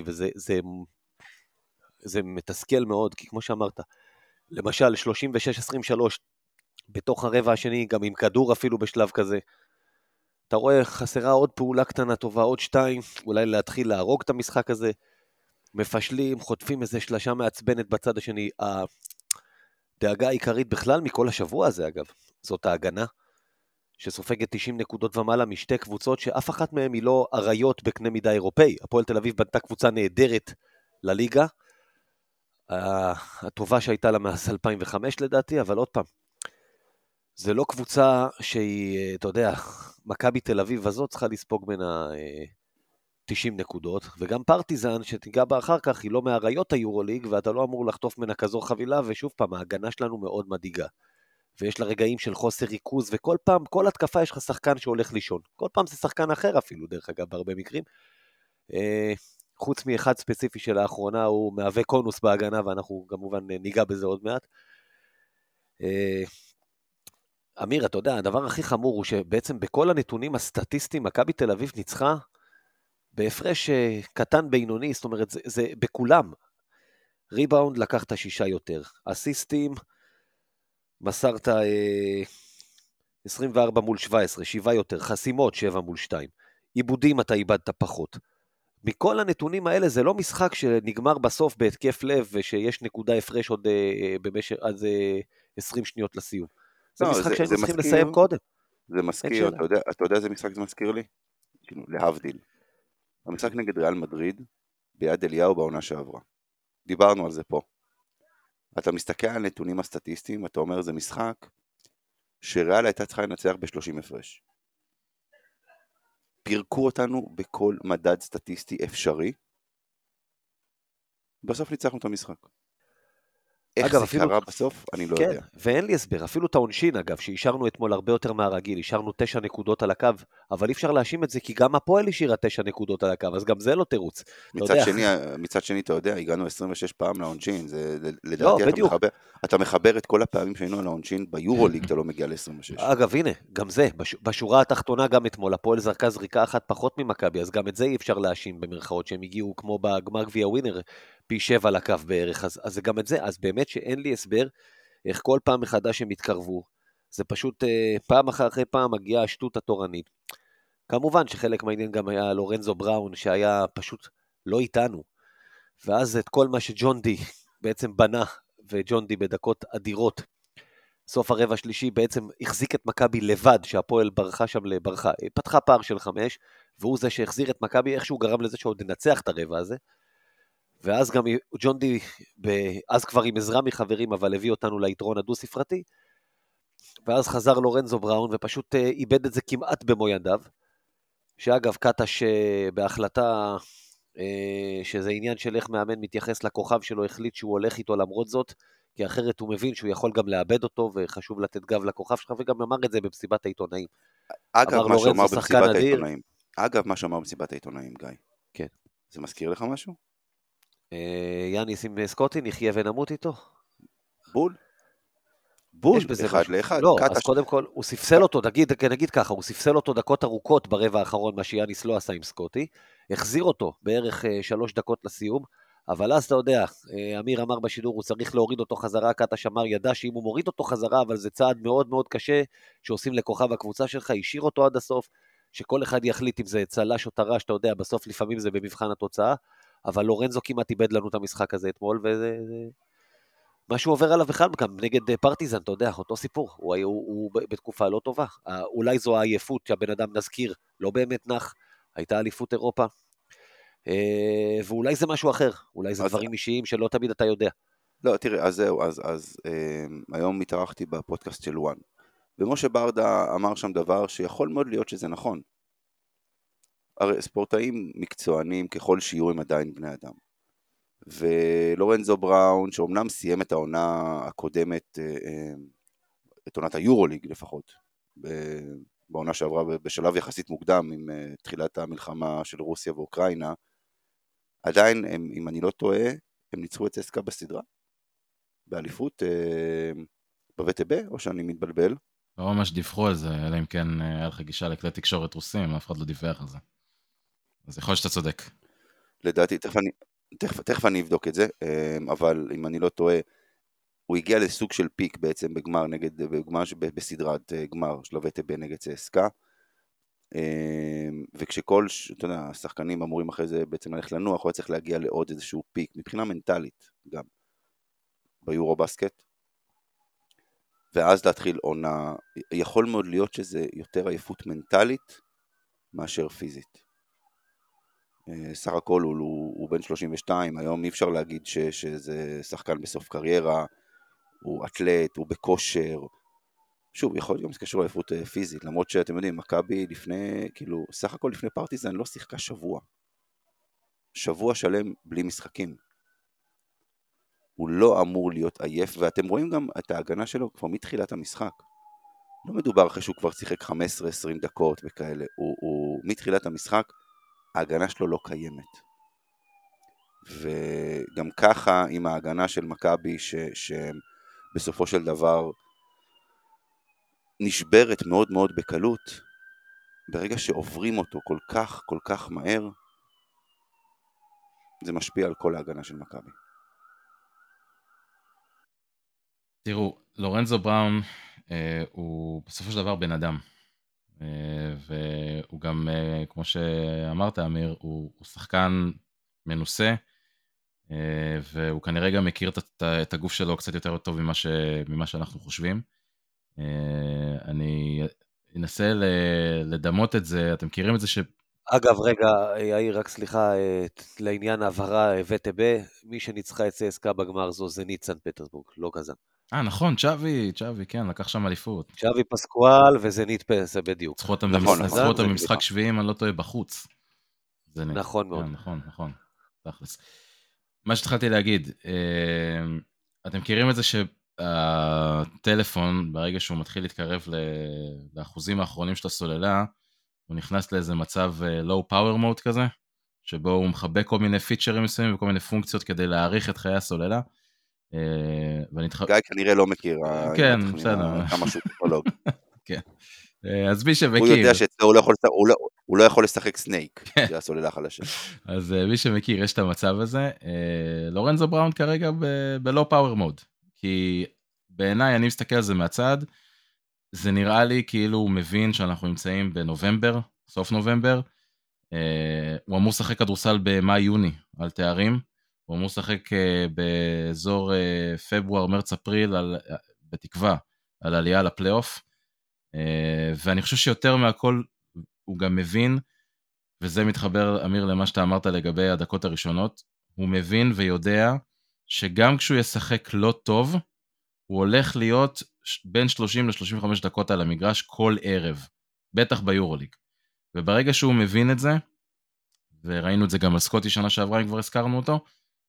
וזה מתסכל מאוד, כי כמו שאמרת, למשל 36-23, בתוך הרבע השני, גם עם כדור אפילו בשלב כזה, אתה רואה חסרה עוד פעולה קטנה טובה, עוד 2, אולי להתחיל להרוג את המשחק הזה, מפשלים, חוטפים איזה שלשה מעצבנת בצד השני. הדאגה העיקרית בכלל מכל השבוע הזה אגב, זאת ההגנה, שסופגת 90 נקודות ומעלה משתי קבוצות, שאף אחת מהן היא לא עריות בקנה מידה אירופאי. הפועל תל אביב בנתה קבוצה נהדרת לליגה, הטובה שהייתה לה מאז 2005 לדעתי, אבל עוד פעם, זה לא קבוצה שהיא, אתה יודע, מכבי תל אביב הזאת צריכה לספוג ממנה 90 נקודות, וגם פרטיזן שתיגע בה אחר כך, היא לא מהראיות היורוליג, ואתה לא אמור לחטוף ממנה כזו חבילה, ושוב פעם, ההגנה שלנו מאוד מדאיגה. ויש לה רגעים של חוסר ריכוז, וכל פעם, כל התקפה יש לך שחקן שהולך לישון. כל פעם זה שחקן אחר אפילו, דרך אגב, בהרבה מקרים. חוץ מאחד ספציפי של האחרונה, הוא מהווה קונוס בהגנה, ואנחנו כמובן ניגע בזה עוד מעט. אמיר, אתה יודע, הדבר הכי חמור הוא שבעצם בכל הנתונים הסטטיסטיים, מכבי תל אביב ניצחה בהפרש קטן בינוני, זאת אומרת, זה בכולם. ריבאונד לקחת 6 יותר. אסיסטים, מסרת 24 מול 17, 7 יותר. חסימות, 7 מול 2. עיבודים אתה איבדת פחות. מכל הנתונים האלה זה לא משחק שנגמר בסוף בהתקף לב, ושיש נקודה הפרש עוד במשך עד 20 שניות לסיום. זה משחק שהיינו צריכים לסיים קודם. זה מזכיר, אתה יודע איזה משחק זה מזכיר לי? להבדיל. המשחק נגד ריאל מדריד, ביד אליהו בעונה שעברה. דיברנו על זה פה. אתה מסתכל על נתונים הסטטיסטיים, אתה אומר זה משחק שריאל הייתה צריכה לנצח ב-30 הפרש. פירקו אותנו בכל מדד סטטיסטי אפשרי. בסוף ניצחנו את המשחק. איך אגב, זה קרה בסוף, אני לא יודע. ואין לי הסבר, אפילו את העונשין אגב, שאישרנו אתמול הרבה יותר מהרגיל, אישרנו 9 נקודות על הקו, אבל אי אפשר להאשים את זה, כי גם הפועל אישירה 9 נקודות על הקו, אז גם זה לא תירוץ. מצד שני, אתה יודע, הגענו 26 פעם לעונשין, לדעתי אתה מחבר את כל הפעמים שהיינו על העונשין, ביורוליג אתה לא מגיע ל-26. אגב, הנה, גם זה, בשורה התחתונה גם אתמול, הפועל זרקה זריקה אחת פחות ממכבי, אז גם את זה אי אפשר להאשים במרכאות, שהם הגיעו כמו בגמר גביע ווינר, פי 7 לקו בערך, אז זה גם את זה, אז באמת שאין לי הסבר איך כל פעם מחדש הם התקרבו, זה פשוט פעם אחרי פעם מגיעה השטות התורנית. כמובן שחלק מהעניין גם היה לורנזו בראון, שהיה פשוט לא איתנו, ואז את כל מה שג'ון די בעצם בנה, וג'ון די בדקות אדירות, סוף הרבע השלישי בעצם החזיק את מכבי לבד, שהפועל ברחה שם לברחה, היא פתחה פער של 5, והוא זה שהחזיר את מכבי, איכשהו גרם לזה שעוד ננצח את הרבע הזה, ואז גם ג'ון די, אז כבר עם עזרה מחברים, אבל הביא אותנו ליתרון הדו-ספרתי, ואז חזר לורנזו בראון, ופשוט איבד את זה כמעט במו ידיו, שאגב, קטש בהחלטה, שזה עניין של איך מאמן מתייחס לכוכב שלו, החליט שהוא הולך איתו למרות זאת, כי אחרת הוא מבין שהוא יכול גם לאבד אותו, וחשוב לתת גב לכוכב שלך, וגם אמר את זה במסיבת העיתונאים. אגב, מה שאמר במסיבת העיתונאים, גיא. כן. זה מזכיר לך משהו? יאניס עם סקוטי, נחיה ונמות איתו? בול, אחד לאחד. לא, אז קודם כל, הוא ספסל אותו, נגיד ככה, הוא ספסל אותו דקות ארוכות ברבע האחרון, מה שיאניס לא עשה עם סקוטי, החזיר אותו בערך 3 דקות לסיום, אבל אז אתה יודע, אמיר אמר בשידור, הוא צריך להוריד אותו חזרה, קטש אמר, ידע שאם הוא מוריד אותו חזרה, אבל זה צעד מאוד מאוד קשה, שעושים לכוכב הקבוצה שלך, השאיר אותו עד הסוף, שכל אחד יחליט אם זה צלש או טרש, אתה יודע, בסוף לפעמים זה במבחן התוצאה, אבל לורנזו כמעט איבד לנו את המשחק הזה אתמול, וזה מה שהוא עובר עליו בכלל, גם נגד פרטיזן, אתה יודע, אותו סיפור, הוא בתקופה לא טובה, אולי זו העייפות שהבן אדם נזכיר, לא באמת נח, הייתה אליפות אירופה, ואולי זה משהו אחר, אולי זה דברים אישיים שלא תמיד אתה יודע. לא, תראה, אז זהו, אז היום התארחתי בפודקאסט של וואן, ומשה ברדה אמר שם דבר שיכול מאוד להיות שזה נכון. הרי ספורטאים מקצוענים ככל שיהיו הם עדיין בני אדם. ולורנזו בראון, שאומנם סיים את העונה הקודמת, את עונת היורוליג לפחות, בעונה שעברה בשלב יחסית מוקדם עם תחילת המלחמה של רוסיה ואוקראינה, עדיין, אם אני לא טועה, הם ניצחו את צסקה בסדרה, באליפות, בווטב, או שאני מתבלבל. לא ממש דיווחו על זה, אלא אם כן היה לך גישה לכלי תקשורת רוסים, אף אחד לא דיווח על זה. אז יכול להיות שאתה צודק. לדעתי, תכף אני אבדוק את זה, אבל אם אני לא טועה, הוא הגיע לסוג של פיק בעצם בגמר בסדרת גמר של הווטב נגד צסקה, וכשכל, אתה יודע, השחקנים אמורים אחרי זה בעצם ללכת לנוח, הוא צריך להגיע לעוד איזשהו פיק, מבחינה מנטלית גם, ביורו בסקט, ואז להתחיל עונה, יכול מאוד להיות שזה יותר עייפות מנטלית מאשר פיזית. סך הכל הוא בן 32, היום אי אפשר להגיד שזה שחקן בסוף קריירה, הוא אתלט, הוא בכושר, שוב, יכול להיות גם שקשור לעייפות פיזית, למרות שאתם יודעים, מכבי לפני, כאילו, סך הכל לפני פרטיזן לא שיחקה שבוע שלם בלי משחקים. הוא לא אמור להיות עייף, ואתם רואים גם את ההגנה שלו כבר מתחילת המשחק. לא מדובר אחרי שהוא כבר שיחק 15-20 דקות וכאלה, הוא מתחילת המשחק, ההגנה שלו לא קיימת. וגם ככה עם ההגנה של מכבי שבסופו של דבר נשברת מאוד מאוד בקלות, ברגע שעוברים אותו כל כך מהר, זה משפיע על כל ההגנה של מכבי. תראו, לורנזו בראון הוא בסופו של דבר בן אדם. והוא גם, כמו שאמרת אמיר, הוא שחקן מנוסה, והוא כנראה גם מכיר את הגוף שלו קצת יותר טוב ממה שאנחנו חושבים. אני אנסה לדמות את זה, אתם מכירים את זה אגב, רגע, יאיר, רק סליחה, לעניין העברה ווטב, מי שניצחה את צסקה בגמר זו זנית סן פטרסבורג, לא קזאן. נכון, צ'אבי, כן, לקח שם אליפות. צ'אבי פסקואל וזנית פס, בדיוק. צריכו אותם במשחק שביעים, אני לא טועה, בחוץ. נכון מאוד. נכון, תכלס. מה שהתחלתי להגיד, אתם מכירים את זה שהטלפון, ברגע שהוא מתחיל להתקרב לאחוזים האחרונים של הסוללה, הוא נכנס לאיזה מצב low power mode כזה, שבו הוא מחבק כל מיני פיצ'רים מסוימים וכל מיני פונקציות כדי להאריך את חיי הסוללה. גיא כנראה לא מכיר. כן, בסדר. כמה שהוא טכנולוג. כן. אז מי שמכיר... הוא יודע שהוא לא יכול לשחק סנייק, זה הסוללה חלשה. אז מי שמכיר, יש את המצב הזה. לורנזו בראון כרגע ב-low power mode, כי בעיניי, אני מסתכל על זה מהצד, זה נראה לי כאילו הוא מבין שאנחנו נמצאים בנובמבר, סוף נובמבר, הוא אמור לשחק כדורסל במאי-יוני על תארים, הוא אמור לשחק באזור פברואר, מרץ, אפריל, בתקווה, על עלייה לפלייאוף, ואני חושב שיותר מהכל הוא גם מבין, וזה מתחבר, אמיר, למה שאתה אמרת לגבי הדקות הראשונות, הוא מבין ויודע שגם כשהוא ישחק לא טוב, הוא הולך להיות בין 30 ל-35 דקות על המגרש כל ערב, בטח ביורוליג. וברגע שהוא מבין את זה, וראינו את זה גם על סקוטי שנה שעברה, אם כבר הזכרנו אותו,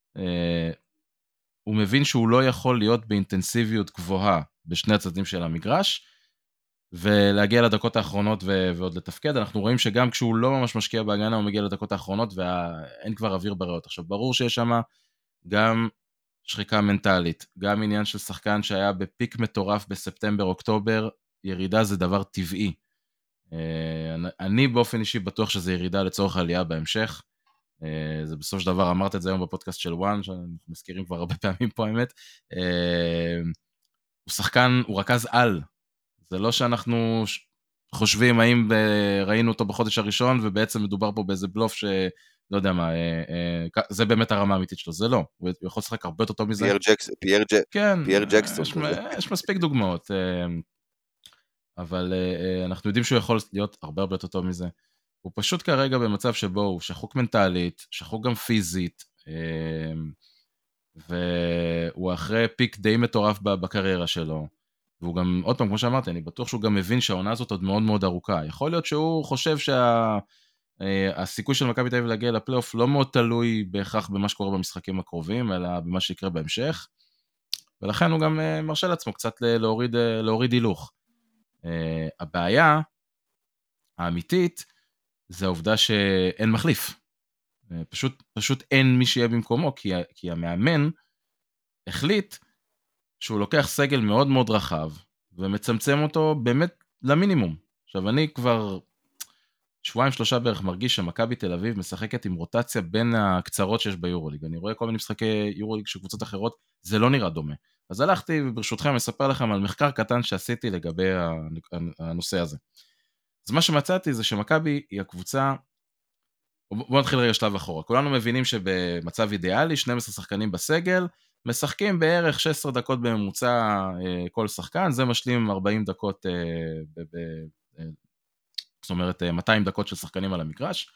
הוא מבין שהוא לא יכול להיות באינטנסיביות גבוהה בשני הצדדים של המגרש, ולהגיע לדקות האחרונות ועוד לתפקד. אנחנו רואים שגם כשהוא לא ממש משקיע בהגנה, הוא מגיע לדקות האחרונות, ואין כבר אוויר בריאות. עכשיו, ברור שיש שם גם שחיקה מנטלית, גם עניין של שחקן שהיה בפיק מטורף בספטמבר-אוקטובר, ירידה זה דבר טבעי. אני באופן אישי בטוח שזה ירידה לצורך עלייה בהמשך, זה בסוף של דבר, אמרת את זה היום בפודקאסט של וואן, שאנחנו מזכירים כבר הרבה פעמים פה האמת, הוא שחקן, הוא רכז על, זה לא שאנחנו חושבים האם ראינו אותו בחודש הראשון, ובעצם מדובר פה באיזה בלוף לא יודע מה, זה באמת הרמה האמיתית שלו, זה לא, הוא יכול לשחק הרבה יותר טוב מזה. פייר ג'קסון. יש מספיק דוגמאות, אבל אנחנו יודעים שהוא יכול להיות הרבה יותר טוב מזה. הוא פשוט כרגע במצב שבו הוא שחוק מנטלית, שחוק גם פיזית, והוא אחרי פיק די מטורף בקריירה שלו, והוא גם, עוד פעם, כמו שאמרתי, אני בטוח שהוא גם מבין שהעונה הזאת עוד מאוד מאוד ארוכה. יכול להיות שהוא חושב הסיכוי של מכבי תל אביב להגיע לפלייאוף לא מאוד תלוי בהכרח במה שקורה במשחקים הקרובים, אלא במה שיקרה בהמשך, ולכן הוא גם מרשה לעצמו קצת להוריד הילוך. הבעיה האמיתית זה העובדה שאין מחליף. פשוט אין מי שיהיה במקומו, כי המאמן החליט שהוא לוקח סגל מאוד מאוד רחב, ומצמצם אותו באמת למינימום. עכשיו אני כבר 2-3 בערך מרגיש שמכבי תל אביב משחקת עם רוטציה בין הקצרות שיש ביורוליג. אני רואה כל מיני משחקי יורוליג של קבוצות אחרות, זה לא נראה דומה. אז הלכתי וברשותכם אספר לכם על מחקר קטן שעשיתי לגבי הנושא הזה. אז מה שמצאתי זה שמכבי היא הקבוצה, בואו נתחיל רגע שלב אחורה, כולנו מבינים שבמצב אידיאלי 12 שחקנים בסגל, משחקים בערך 16 דקות בממוצע כל שחקן, זה משלים 40 דקות, זאת אומרת 200 דקות של שחקנים על המגרש,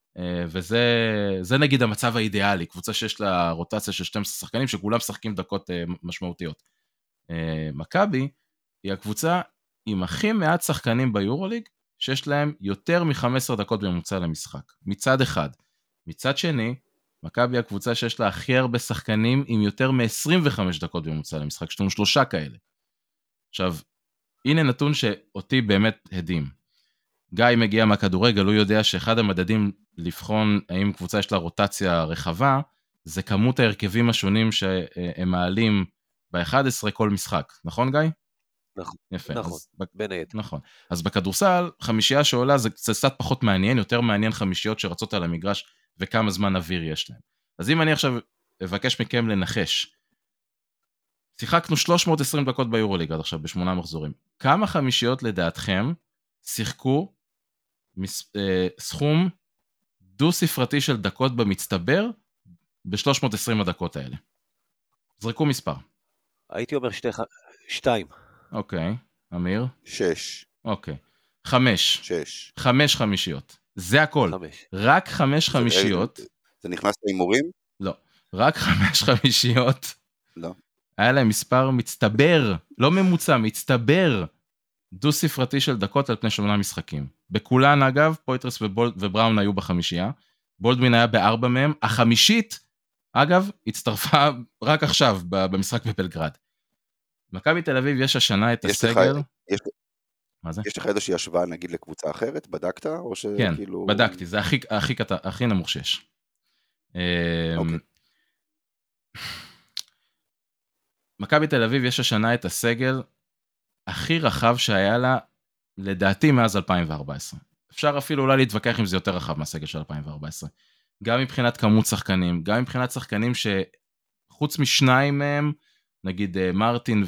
וזה נגיד המצב האידיאלי, קבוצה שיש לה רוטציה של 12 שחקנים, שכולם משחקים דקות משמעותיות. מכבי היא הקבוצה עם הכי מעט שחקנים ביורוליג, שיש להם יותר מ-15 דקות בממוצע למשחק, מצד אחד. מצד שני, מכבי הקבוצה שיש לה הכי הרבה שחקנים עם יותר מ-25 דקות בממוצע למשחק, יש לנו 3 כאלה. עכשיו, הנה נתון שאותי באמת הדהים. גיא מגיע מהכדורגל, הוא יודע שאחד המדדים לבחון האם קבוצה יש לה רוטציה רחבה, זה כמות ההרכבים השונים שהם מעלים ב-11 כל משחק, נכון גיא? נכון, יפה, נכון, בין היתר. נכון. אז בכדורסל, 5 שעולה זה קצת פחות מעניין, יותר מעניין 5 שרצות על המגרש, וכמה זמן אוויר יש להם. אז אם אני עכשיו אבקש מכם לנחש, שיחקנו 320 דקות ביורוליג עד עכשיו, ב8 מחזורים. כמה 5 לדעתכם שיחקו סכום דו-ספרתי של דקות במצטבר, ב320 הדקות האלה? זרקו מספר. הייתי אומר 2. אוקיי, אמיר? 6. אוקיי, 5. 6. 5 חמישיות. זה הכל. 5. רק 5 חמישיות. זה נכנס להימורים? לא. רק 5 חמישיות. לא. היה להם מספר מצטבר, לא ממוצע, מצטבר, דו-ספרתי של דקות על פני 8 משחקים. בכולן, אגב, פויטרס ובראון היו בחמישייה. בולדווין היה ב4 מהם. החמישית, אגב, הצטרפה רק עכשיו במשחק בבלגרד. מכבי תל אביב יש השנה את הסגל. מה זה? יש לך איזושהי השוואה נגיד לקבוצה אחרת? בדקת? או כן, שכאילו... בדקתי, זה הכי נמוך שיש. אוקיי. מכבי תל אביב יש השנה את הסגל הכי רחב שהיה לה, לדעתי מאז 2014. אפשר אפילו אולי להתווכח אם זה יותר רחב מהסגל של 2014. גם מבחינת כמות שחקנים, גם מבחינת שחקנים שחוץ משניים מהם, נגיד מרטין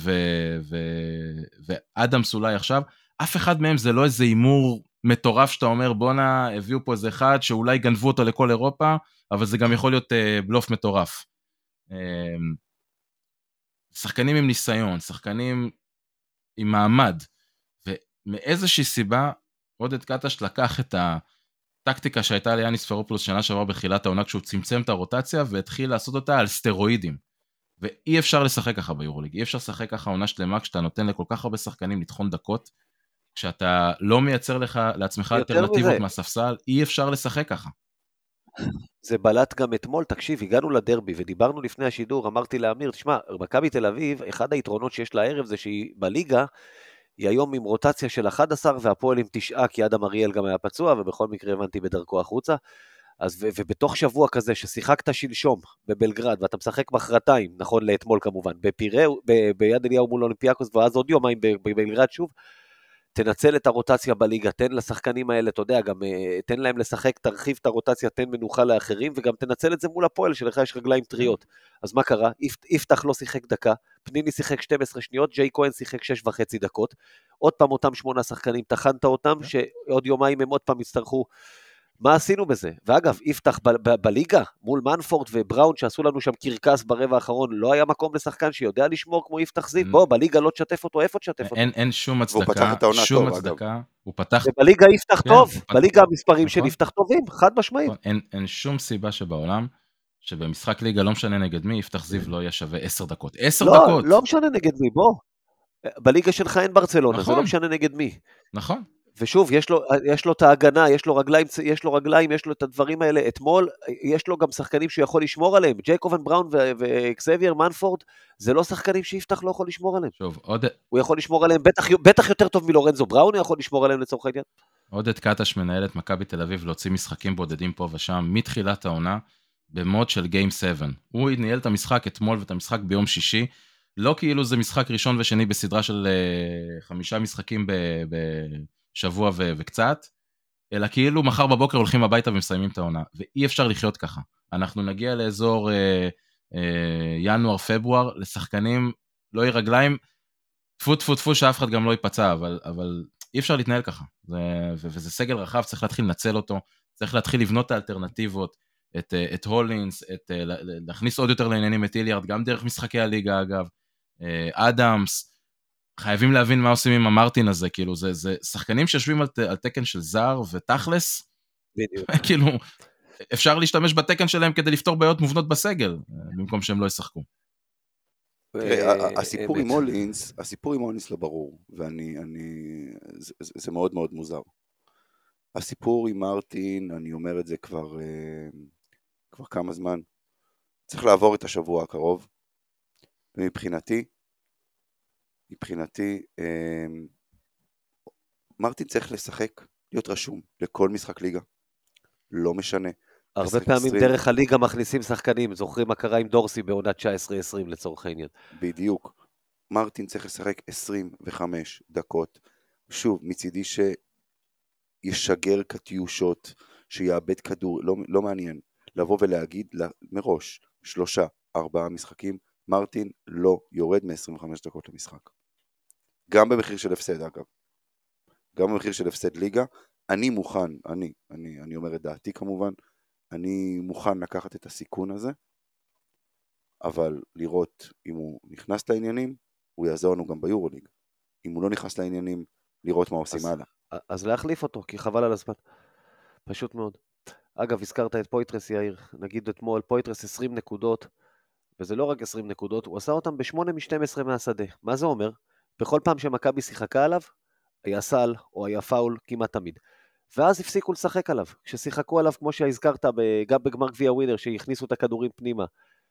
ואדמס אולי עכשיו, אף אחד מהם זה לא איזה אימור מטורף שאתה אומר, בונה, הביאו פה איזה אחד שאולי גנבו אותו לכל אירופה, אבל זה גם יכול להיות בלוף מטורף. שחקנים עם ניסיון, שחקנים עם מעמד, ומאיזושהי סיבה, עודד קטש לקח את הטקטיקה שהייתה ליאניס פרופולוס שנה שעבר בחילת העונה, כשהוא צמצם את הרוטציה, והתחיל לעשות אותה על סטרואידים. ואי אפשר לשחק ככה ביורוליג, אי אפשר לשחק ככה עונה שלמה, כשאתה נותן לכל כך הרבה שחקנים לטחון דקות, כשאתה לא מייצר לעצמך אלטרנטיבות מהספסל, אי אפשר לשחק ככה. זה בלט גם אתמול, תקשיב, הגענו לדרבי ודיברנו לפני השידור, אמרתי לאמיר, תשמע, מכבי תל אביב, אחד היתרונות שיש לה הערב זה שהיא בליגה, היא היום עם רוטציה של 11 והפועל עם 9, כי אדם אריאל גם היה פצוע, ובכל מקרה הבנתי בדרכו החוצה, אז ובתוך שבוע כזה ששיחקת שלשום בבלגרד, ואתה משחק מחרתיים, נכון לאתמול כמובן, ביד אליהו מול אולימפיאקוס, ואז עוד יומיים בבלגרד שוב, תנצל את הרוטציה בליגה, תן לשחקנים האלה, אתה יודע, גם תן להם לשחק, תרחיב את הרוטציה, תן מנוחה לאחרים, וגם תנצל את זה מול הפועל, שלך יש רגליים טריות. אז מה קרה? יפתח לא שיחק דקה, פניני שיחק 12 שניות, ג'יי כהן שיחק 6.5 דקות, עוד פעם אותם 8 שחקנים, תחנת אותם, שעוד יומיים הם עוד פעם יצטרכו, מה עשינו בזה? ואגב, יפתח בליגה, מול מנפורד ובראון, שעשו לנו שם קרקס ברבע האחרון, לא היה מקום לשחקן שיודע לשמור כמו יפתח זיו, בוא, בליגה לא תשתף אותו, איפה תשתף אותו? אין שום הצדקה, שום הצדקה, הוא פתח... בליגה יפתח טוב, בליגה המספרים של יפתח טובים, חד משמעית. אין שום סיבה שבעולם, שבמשחק ליגה לא משנה נגד מי, יפתח זיו לא יהיה שווה 10 דקות. 10 דקות! לא משנה נגד מי, בוא. בליגה שלך אין ברצלונה, זה לא משנה נגד מי. נכון. ושוב, יש לו את ההגנה, יש לו רגליים, יש לו את הדברים האלה. אתמול, יש לו גם שחקנים שהוא יכול לשמור עליהם. ג'ייקובן בראון ואקסבייר מנפורד, זה לא שחקנים שיפתח לא יכול לשמור עליהם. הוא יכול לשמור עליהם, בטח יותר טוב מלורנזו בראון, הוא יכול לשמור עליהם לצורך העניין. עודד קטש מנהל את מכבי תל אביב להוציא משחקים בודדים פה ושם, מתחילת העונה, במוד של גיים 7. הוא ניהל את המשחק אתמול ואת המשחק ביום שישי, לא כאילו זה משחק ראשון ושני בסדרה של 5 משחקים שבוע וקצת, אלא כאילו מחר בבוקר הולכים הביתה ומסיימים את העונה, ואי אפשר לחיות ככה. אנחנו נגיע לאזור ינואר-פברואר, לשחקנים לא יהיה רגליים, טפו שאף אחד גם לא ייפצע, אבל אי אפשר להתנהל ככה, וזה סגל רחב, צריך להתחיל לנצל אותו, צריך להתחיל לבנות את האלטרנטיבות, את הולינס, להכניס עוד יותר לעניינים את איליארד, גם דרך משחקי הליגה אגב, אדמס, חייבים להבין מה עושים עם המרטין הזה, כאילו זה שחקנים שיושבים על תקן של זר ותכלס, כאילו אפשר להשתמש בתקן שלהם כדי לפתור בעיות מובנות בסגל, במקום שהם לא ישחקו. הסיפור עם הולינס לא ברור, זה מאוד מאוד מוזר. הסיפור עם מרטין, אני אומר את זה כבר כמה זמן, צריך לעבור את השבוע הקרוב, ומבחינתי, מרטין צריך לשחק, להיות רשום לכל משחק ליגה, לא משנה. הרבה פעמים דרך הליגה מכניסים שחקנים, זוכרים מה קרה עם דורסי בעונת 19-20 לצורך העניין. בדיוק, מרטין צריך לשחק 25 דקות, שוב, מצידי שישגר קטיושות, שיאבד כדור, לא מעניין, לבוא ולהגיד מראש, 3-4 משחקים, מרטין לא יורד מ-25 דקות למשחק. גם במחיר של הפסד אגב. גם במחיר של הפסד ליגה, אני מוכן, אני אומר את דעתי כמובן, אני מוכן לקחת את הסיכון הזה, אבל לראות אם הוא נכנס לעניינים, הוא יעזור לנו גם ביורוליג. אם הוא לא נכנס לעניינים, לראות מה עושים הלאה. אז להחליף אותו, כי חבל על הזמן. פשוט מאוד. אגב, הזכרת את פויטרס יאיר, נגיד אתמול, פויטרס 20 נקודות, וזה לא רק 20 נקודות, הוא עשה אותם ב8 מ-12 מהשדה. מה זה אומר? בכל פעם שמכבי שיחקה עליו, היה סל או היה פאול כמעט תמיד. ואז הפסיקו לשחק עליו. כששיחקו עליו, כמו שהזכרת, גם בגמר גביע ווינר, שהכניסו את הכדורים פנימה,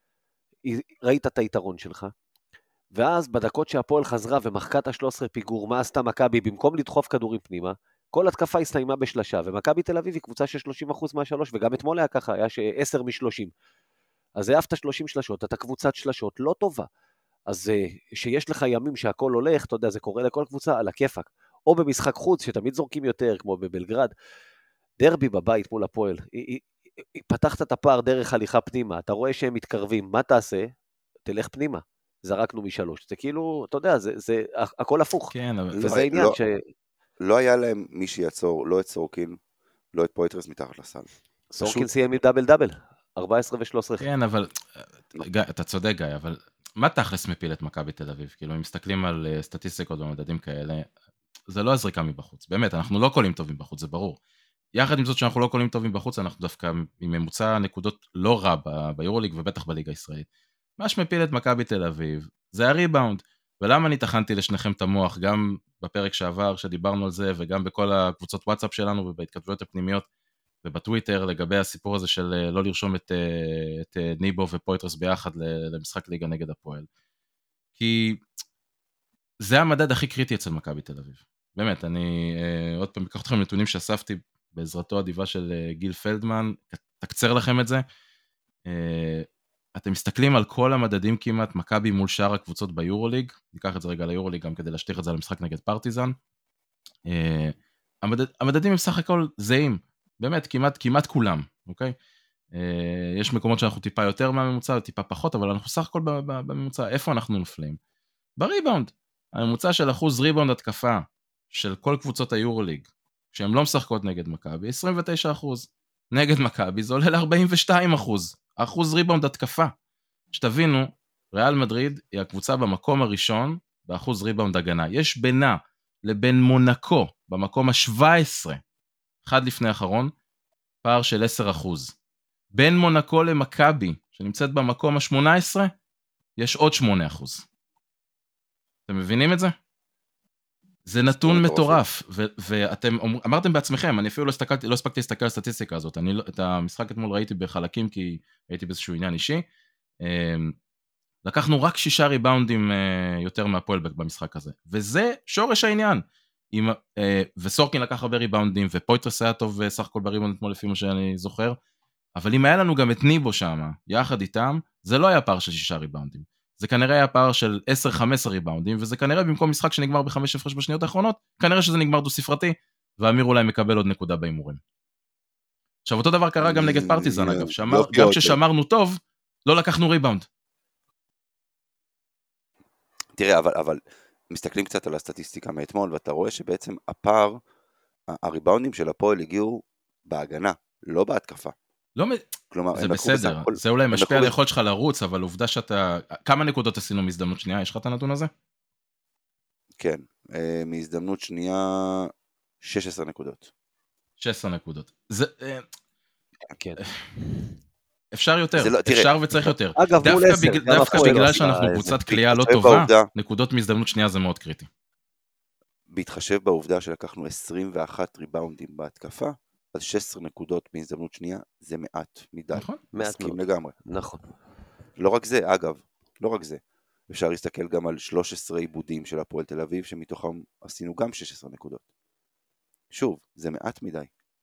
ראית את היתרון שלך. ואז בדקות שהפועל חזרה ומחקת ה-13 פיגור, מה עשתה מכבי? במקום לדחוף כדורים פנימה, כל התקפה הסתיימה בשלשה, ומכבי תל אביב היא קבוצה של 30% מהשלוש, וגם אתמול היה ככה, היה 10 מ-30. אז העפת 30 שלשות, אתה קבוצת שלשות לא טובה. אז שיש לך ימים שהכל הולך, אתה יודע, זה קורה לכל קבוצה על הכיפק. או במשחק חוץ, שתמיד זורקים יותר, כמו בבלגרד. דרבי בבית מול הפועל. פתחת את הפער דרך הליכה פנימה, אתה רואה שהם מתקרבים, מה תעשה? תלך פנימה. זרקנו מ3. זה כאילו, אתה יודע, זה הכל הפוך. כן, אבל... וזה עניין ש... לא היה להם מי שיעצור, לא את סורקין, לא את פויטרס מתחת לסל. סורקין סיים עם דאבל. 14 ו-13. כן, אבל, אתה צודק גיא, אבל מה תכלס מפיל את מכבי תל אביב? כאילו, אם מסתכלים על סטטיסטיקות ומדדים כאלה, זה לא הזריקה מבחוץ. באמת, אנחנו לא קולים טובים בחוץ, זה ברור. יחד עם זאת שאנחנו לא קולים טובים בחוץ, אנחנו דווקא עם ממוצע נקודות לא רע ביורוליג ובטח בליגה הישראלית. מה שמפיל את מכבי תל אביב, זה הריבאונד. ולמה אני תחנתי לשניכם את המוח, גם בפרק שעבר, שדיברנו על זה, וגם בכל הקבוצות וואטסאפ שלנו, ובהתכתבויות הפנימיות, ובטוויטר, לגבי הסיפור הזה של לא לרשום את ניבו ופויטרס ביחד למשחק ליגה נגד הפועל. כי זה המדד הכי קריטי אצל מכבי תל אביב. באמת, אני עוד פעם אקח אתכם נתונים שאספתי בעזרתו הדיבה של גיל פלדמן, תקצר לכם את זה. אתם מסתכלים על כל המדדים כמעט, מכבי מול שאר הקבוצות ביורוליג, ניקח את זה רגע ליורוליג גם כדי להשליך את זה למשחק נגד פרטיזן. המדדים הם סך הכל זהים, באמת, כמעט כולם, אוקיי? יש מקומות שאנחנו טיפה יותר מהממוצע, טיפה פחות, אבל אנחנו סך הכל בממוצע. איפה אנחנו נופלים? בריבאונד. הממוצע של אחוז ריבאונד התקפה של כל קבוצות היורוליג, שהן לא משחקות נגד מכבי, 29%. נגד מכבי זה עולה ל-42%. אחוז ריבאונד התקפה. שתבינו, ריאל מדריד היא הקבוצה במקום הראשון, באחוז ריבאונד הגנה. יש בינה לבין מונקו, במקום ה-17, אחד לפני האחרון, פער של 10%. בין מונקו למכבי, שנמצאת במקום ה-18, יש עוד 8%. אתם מבינים את זה? זה נתון מטורף, ואתם אמרתם בעצמכם, אני אפילו לא הספקתי להסתכל על הסטטיסטיקה הזאת, את המשחק אתמול ראיתי בחלקים, כי הייתי באיזשהו עניין אישי, לקחנו רק 6 ריבאונדים יותר מהפועל במשחק הזה, וזה שורש העניין, וסורקין לקח הרבה ריבאונדים, ופויטרס היה טוב סך הכל בריבאונד אתמול לפי מה שאני זוכר, אבל אם היה לנו גם את ניבו שם, יחד איתם, זה לא היה פער של 6 ריבאונדים, זה כנראה היה פער של 10-15 ריבאונדים, וזה כנראה במקום משחק שנגמר ב5 הפרש בשניות האחרונות, כנראה שזה נגמר דו ספרתי, ואמיר אולי מקבל עוד נקודה בהימורים. עכשיו אותו דבר קרה גם נגד פרטיזן אגב, גם כששמרנו טוב, לא לקחנו ריבאונד. תראה, אבל מסתכלים קצת על הסטטיסטיקה מאתמול, ואתה רואה שבעצם הפער, הריבאונדים של הפועל הגיעו בהגנה, לא בהתקפה. כלומר, זה בסדר, זה אולי משפיע על היכולת שלך לרוץ, אבל עובדה שאתה, כמה נקודות עשינו מהזדמנות שנייה, יש לך את הנתון הזה? כן, מהזדמנות שנייה 16 נקודות. 16 נקודות. זה, כן. אפשר יותר, אפשר וצריך יותר. אגב, דווקא בגלל שאנחנו קבוצת קליעה לא טובה, נקודות מהזדמנות שנייה זה מאוד קריטי. בהתחשב בעובדה שלקחנו 21 ריבאונדים בהתקפה, אז 16 נקודות מהזדמנות שנייה, זה מעט מדי. נכון. מסכים לגמרי. נכון. לא רק זה, אגב, לא רק זה. אפשר להסתכל גם על 13 עיבודים של הפועל תל אביב, שמתוכם עשינו גם 16 נקודות. שוב, זה מעט מדי.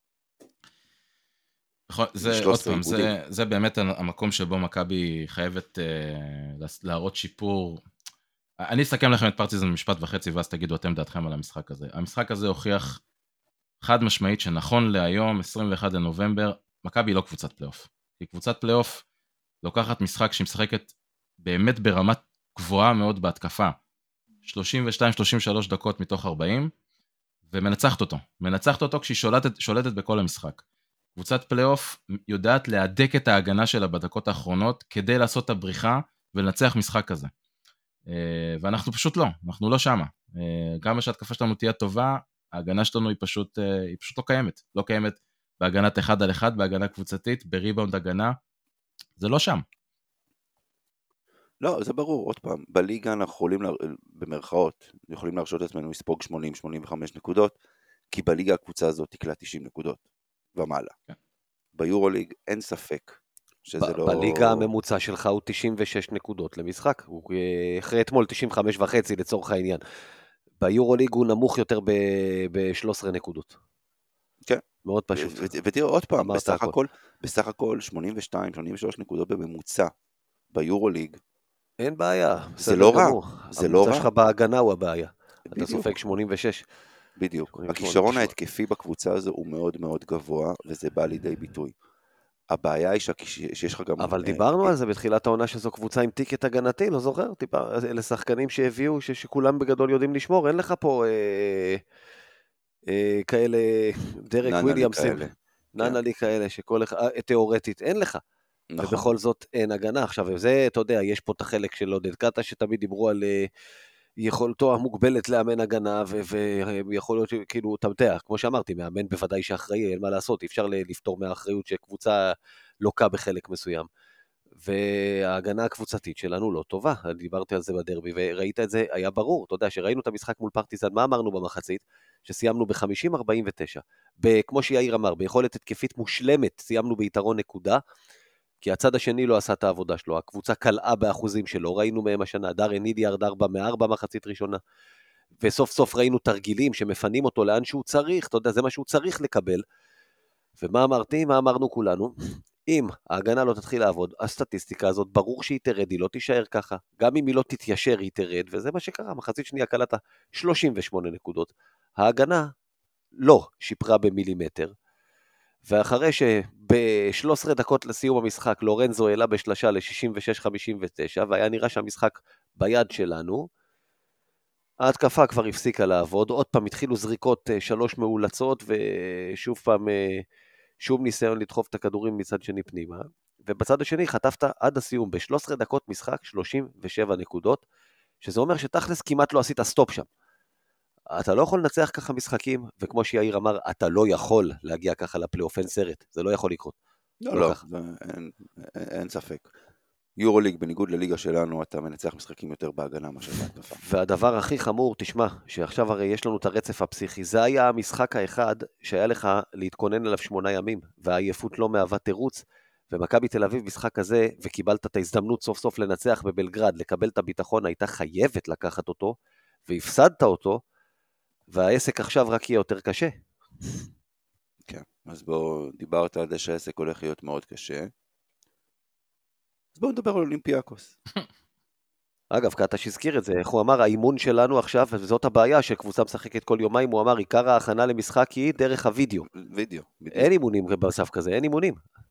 נכון, זה עוד פעם, זה באמת המקום שבו מכבי חייבת להראות שיפור. אני אסכם לכם את פרטיזן במשפט וחצי, ואז תגידו אתם דעתכם על המשחק הזה. המשחק הזה הוכיח חד משמעית שנכון להיום, 21 לנובמבר, מכבי לא קבוצת פלייאוף. כי קבוצת פלייאוף לוקחת משחק שמשחקת באמת ברמת גבוהה מאוד בהתקפה. 32-33 דקות מתוך 40, ומנצחת אותו. מנצחת אותו כשהיא שולטת בכל המשחק. קבוצת פלייאוף יודעת להדק את ההגנה שלה בדקות האחרונות, כדי לעשות את הבריחה ולנצח משחק כזה. ואנחנו פשוט לא, אנחנו לא שמה. כמה שההתקפה שלנו תהיה טובה, ההגנה שלנו היא פשוט לא קיימת. לא קיימת בהגנת 1 על 1, בהגנה קבוצתית, בריבאונד הגנה. זה לא שם. לא, זה ברור, עוד פעם, בליגה אנחנו יכולים, במרכאות, יכולים להרשות את עצמנו לספוג 80-85 נקודות, כי בליגה הקבוצה הזאת תקלה 90 נקודות ומעלה. כן. ביורוליג אין ספק שזה לא... בליגה הממוצע שלך הוא 96 נקודות למשחק, הוא אחרי אתמול 95 וחצי לצורך העניין. ביורוליג הוא נמוך יותר ב-13 נקודות. כן. מאוד פשוט. ותראה עוד פעם, בסך הכל 82-83 נקודות בממוצע ביורוליג. אין בעיה. זה לא רע. הממוצע שלך בהגנה הוא הבעיה. אתה סופג 86. בדיוק. הכישרון ההתקפי בקבוצה הזו הוא מאוד מאוד גבוה, וזה בא לידי ביטוי. הבעיה היא שיש לך גם... אבל דיברנו על זה בתחילת העונה שזו קבוצה עם טיקט הגנתי, לא זוכר? אלה שחקנים שהביאו, שכולם בגדול יודעים לשמור, אין לך פה כאלה, דרק וויליאמסים, ננלי כאלה, שכל אחד, תיאורטית, אין לך. ובכל זאת אין הגנה. עכשיו, וזה, אתה יודע, יש פה את החלק של עודד קאטה, שתמיד דיברו על יכולתו המוגבלת לאמן הגנה, ויכול להיות כאילו, אתה יודע, כמו שאמרתי, מאמן בוודאי שאחראי, אין מה לעשות, אי אפשר לפתור מהאחריות שקבוצה לוקה בחלק מסוים. וההגנה הקבוצתית שלנו לא טובה, דיברתי על זה בדרבי, וראית את זה, היה ברור, אתה יודע, שראינו את המשחק מול פרטיזן, מה אמרנו במחצית? שסיימנו ב-50-49, כמו שיאיר אמר, ביכולת התקפית מושלמת, סיימנו ביתרון נקודה, כי הצד השני לא עשה את העבודה שלו, הקבוצה קלעה באחוזים שלו, ראינו מהם השנה, דארן נידי ירד 4 מחצית ראשונה, וסוף סוף ראינו תרגילים שמפנים אותו לאן שהוא צריך, אתה יודע, זה מה שהוא צריך לקבל, ומה אמרתי? מה אמרנו כולנו? אם ההגנה לא תתחיל לעבוד, הסטטיסטיקה הזאת ברור שהיא תרד, היא לא תישאר ככה, גם אם היא לא תתיישר היא תרד, וזה מה שקרה, מחצית שנייה קלעת 38 נקודות, ההגנה לא שיפרה במילימטר, ואחרי שב-13 דקות לסיום המשחק, לורנזו העלה בשלשה ל-66-59, והיה נראה שהמשחק ביד שלנו, ההתקפה כבר הפסיקה לעבוד, עוד פעם התחילו זריקות 3 מאולצות, ושוב פעם שום ניסיון לדחוף את הכדורים מצד שני פנימה, ובצד השני חטפת עד הסיום, ב-13 דקות משחק 37 נקודות, שזה אומר שתכלס כמעט לא עשית סטופ שם. אתה לא יכול לנצח ככה משחקים, וכמו שיאיר אמר, אתה לא יכול להגיע ככה לפלייאוף, אין סרט, זה לא יכול לקרות. לא, אין ספק. יורוליג, בניגוד לליגה שלנו, אתה מנצח משחקים יותר בהגנה מה שאתה. והדבר הכי חמור, תשמע, שעכשיו הרי יש לנו את הרצף הפסיכי, זה היה המשחק האחד שהיה לך להתכונן עליו 8 ימים, והעייפות לא מהווה תירוץ, ומכבי תל אביב משחק כזה, וקיבלת את ההזדמנות סוף סוף לנצח בבלגרד, לקבל את הביטחון, הייתה חייבת לקחת אותו, והפסדת אותו, והעסק עכשיו רק יהיה יותר קשה. כן, אז בואו, דיברת על זה שהעסק הולך להיות מאוד קשה, אז בואו נדבר על אולימפיאקוס. אגב, קטש הזכיר את זה, איך הוא אמר, האימון שלנו עכשיו, וזאת הבעיה שקבוצה משחקת כל יומיים, הוא אמר, עיקר ההכנה למשחק היא דרך הוידאו. וידאו. אין אימונים בסף כזה, אין אימונים.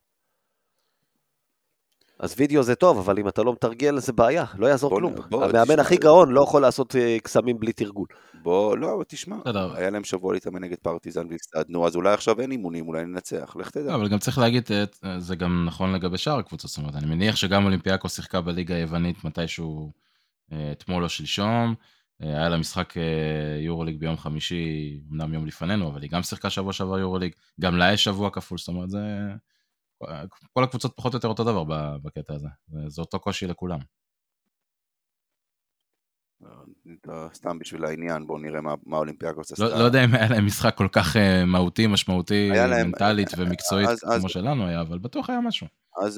אז וידאו זה טוב, אבל אם אתה לא מתרגל, זה בעיה, לא יעזור כלום. המאמן הכי גאון לא יכול לעשות קסמים בלי תרגול. לא, תשמע, היה להם שבוע להתאמן נגד פרטיזן והפסדנו, אז אולי עכשיו אין אימונים, אולי ננצח, לך תדע. אבל גם צריך להגיד, זה גם נכון לגבי שאר הקבוצות, זאת אומרת, אני מניח שגם אולימפיאקוס שיחקה בליגה היוונית מתישהו אתמול או שלשום, היה לה משחק יורוליג ביום חמישי, אמנם יום לפנינו, אבל היא גם שיחקה שבוע שעבר יורוליג, גם לה יש שבוע כפול, זאת אומרת, כל הקבוצות פחות או יותר אותו דבר בקטע הזה, זה אותו קושי לכולם. סתם בשביל העניין, בואו נראה מה אולימפיאקוס עשתה. לא יודע אם היה להם משחק כל כך מהותי, משמעותי, מנטלית ומקצועית כמו שלנו היה, אבל בטוח היה משהו.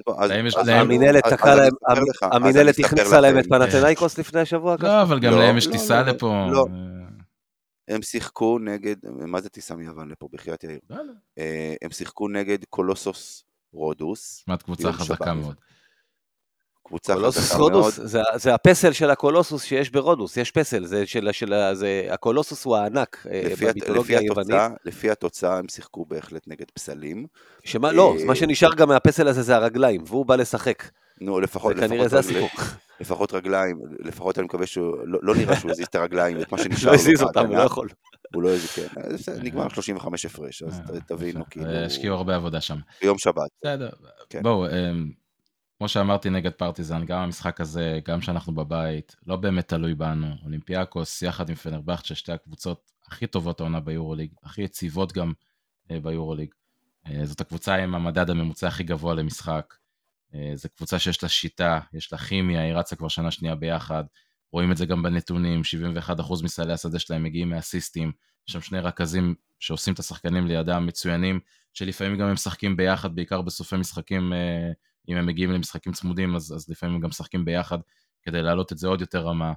המינהלת הכניסה להם את פנתנאיקוס לפני השבוע? לא, אבל גם להם יש טיסה לפה. הם שיחקו נגד, מה זה טיסה מיוון לפה, בחייאת יאיר? הם שיחקו נגד קולוסוס רודוס. זאת קבוצה חזקה מאוד. קולוסוס רודוס, זה הפסל של הקולוסוס שיש ברודוס, יש פסל, הקולוסוס הוא הענק במיתולוגיה היוונית. לפי התוצאה הם שיחקו בהחלט נגד פסלים. לא, מה שנשאר גם מהפסל הזה זה הרגליים, והוא בא לשחק. נו, לפחות רגליים, לפחות אני מקווה שהוא, לא נראה שהוא הזיז את הרגליים, את מה שנשאר. לא הזיז אותם, הוא לא יכול. הוא לא הזיז, כן, נגמר 35 הפרש, אז תבינו. השקיעו הרבה עבודה שם. ביום שבת. בואו, כמו שאמרתי נגד פרטיזן, גם המשחק הזה, גם שאנחנו בבית, לא באמת תלוי בנו. אולימפיאקוס, יחד עם פנרבכצ'ה, שתי הקבוצות הכי טובות העונה ביורוליג, הכי יציבות גם ביורוליג. זאת הקבוצה עם המדד הממוצע הכי גבוה למשחק. זו קבוצה שיש לה שיטה, יש לה כימיה, היא רצה כבר שנה שנייה ביחד. רואים את זה גם בנתונים, 71% מסלי השדה שלהם מגיעים מאסיסטים. יש שם 2 רכזים שעושים את השחקנים לידם מצוינים, שלפעמים גם הם משחקים ביחד, בעיקר בסופי משחקים, אם הם מגיעים למשחקים צמודים, אז לפעמים הם גם משחקים ביחד, כדי להעלות את זה עוד יותר רמה.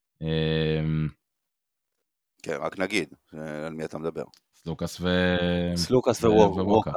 כן, רק נגיד, על מי אתה מדבר? סלוקס וווקאפ.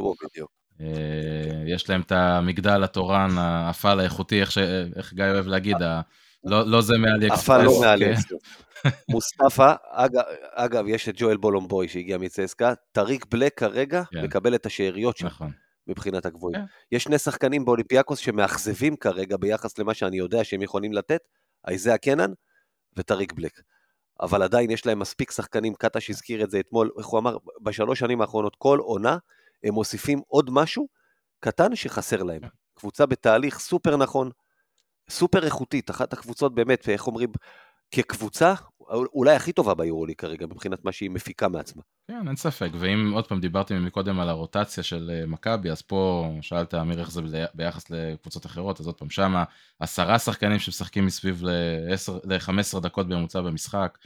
יש להם את המגדל התורן, האפל האיכותי, איך גיא אוהב להגיד, לא זה מעלי אקספרס. אפל לא מעלי אקספרס. מוסטפה, אגב, יש את ג'ואל בולומבוי שהגיע מצסקה, טריק בלק כרגע מקבל את השאריות שלו. נכון. מבחינת הגבוהים. יש 2 שחקנים באולימפיאקוס שמאכזבים כרגע ביחס למה שאני יודע שהם יכולים לתת, איזאה קנן וטריק בלק. אבל עדיין יש להם מספיק שחקנים, קטש הזכיר את זה אתמול, איך הוא אמר, ב3 שנים האחרונות, כל עונה, הם מוסיפים עוד משהו קטן שחסר להם. קבוצה בתהליך סופר נכון, סופר איכותית, אחת הקבוצות באמת, איך אומרים, כקבוצה, אולי הכי טובה ביורוליג כרגע, מבחינת מה שהיא מפיקה מעצמה. כן, אין ספק, ואם עוד פעם דיברתי מקודם על הרוטציה של מכבי, אז פה שאלת אמיר איך זה ביחס לקבוצות אחרות, אז עוד פעם שמה 10 שחקנים שמשחקים מסביב ל-15 דקות בממוצע במשחק,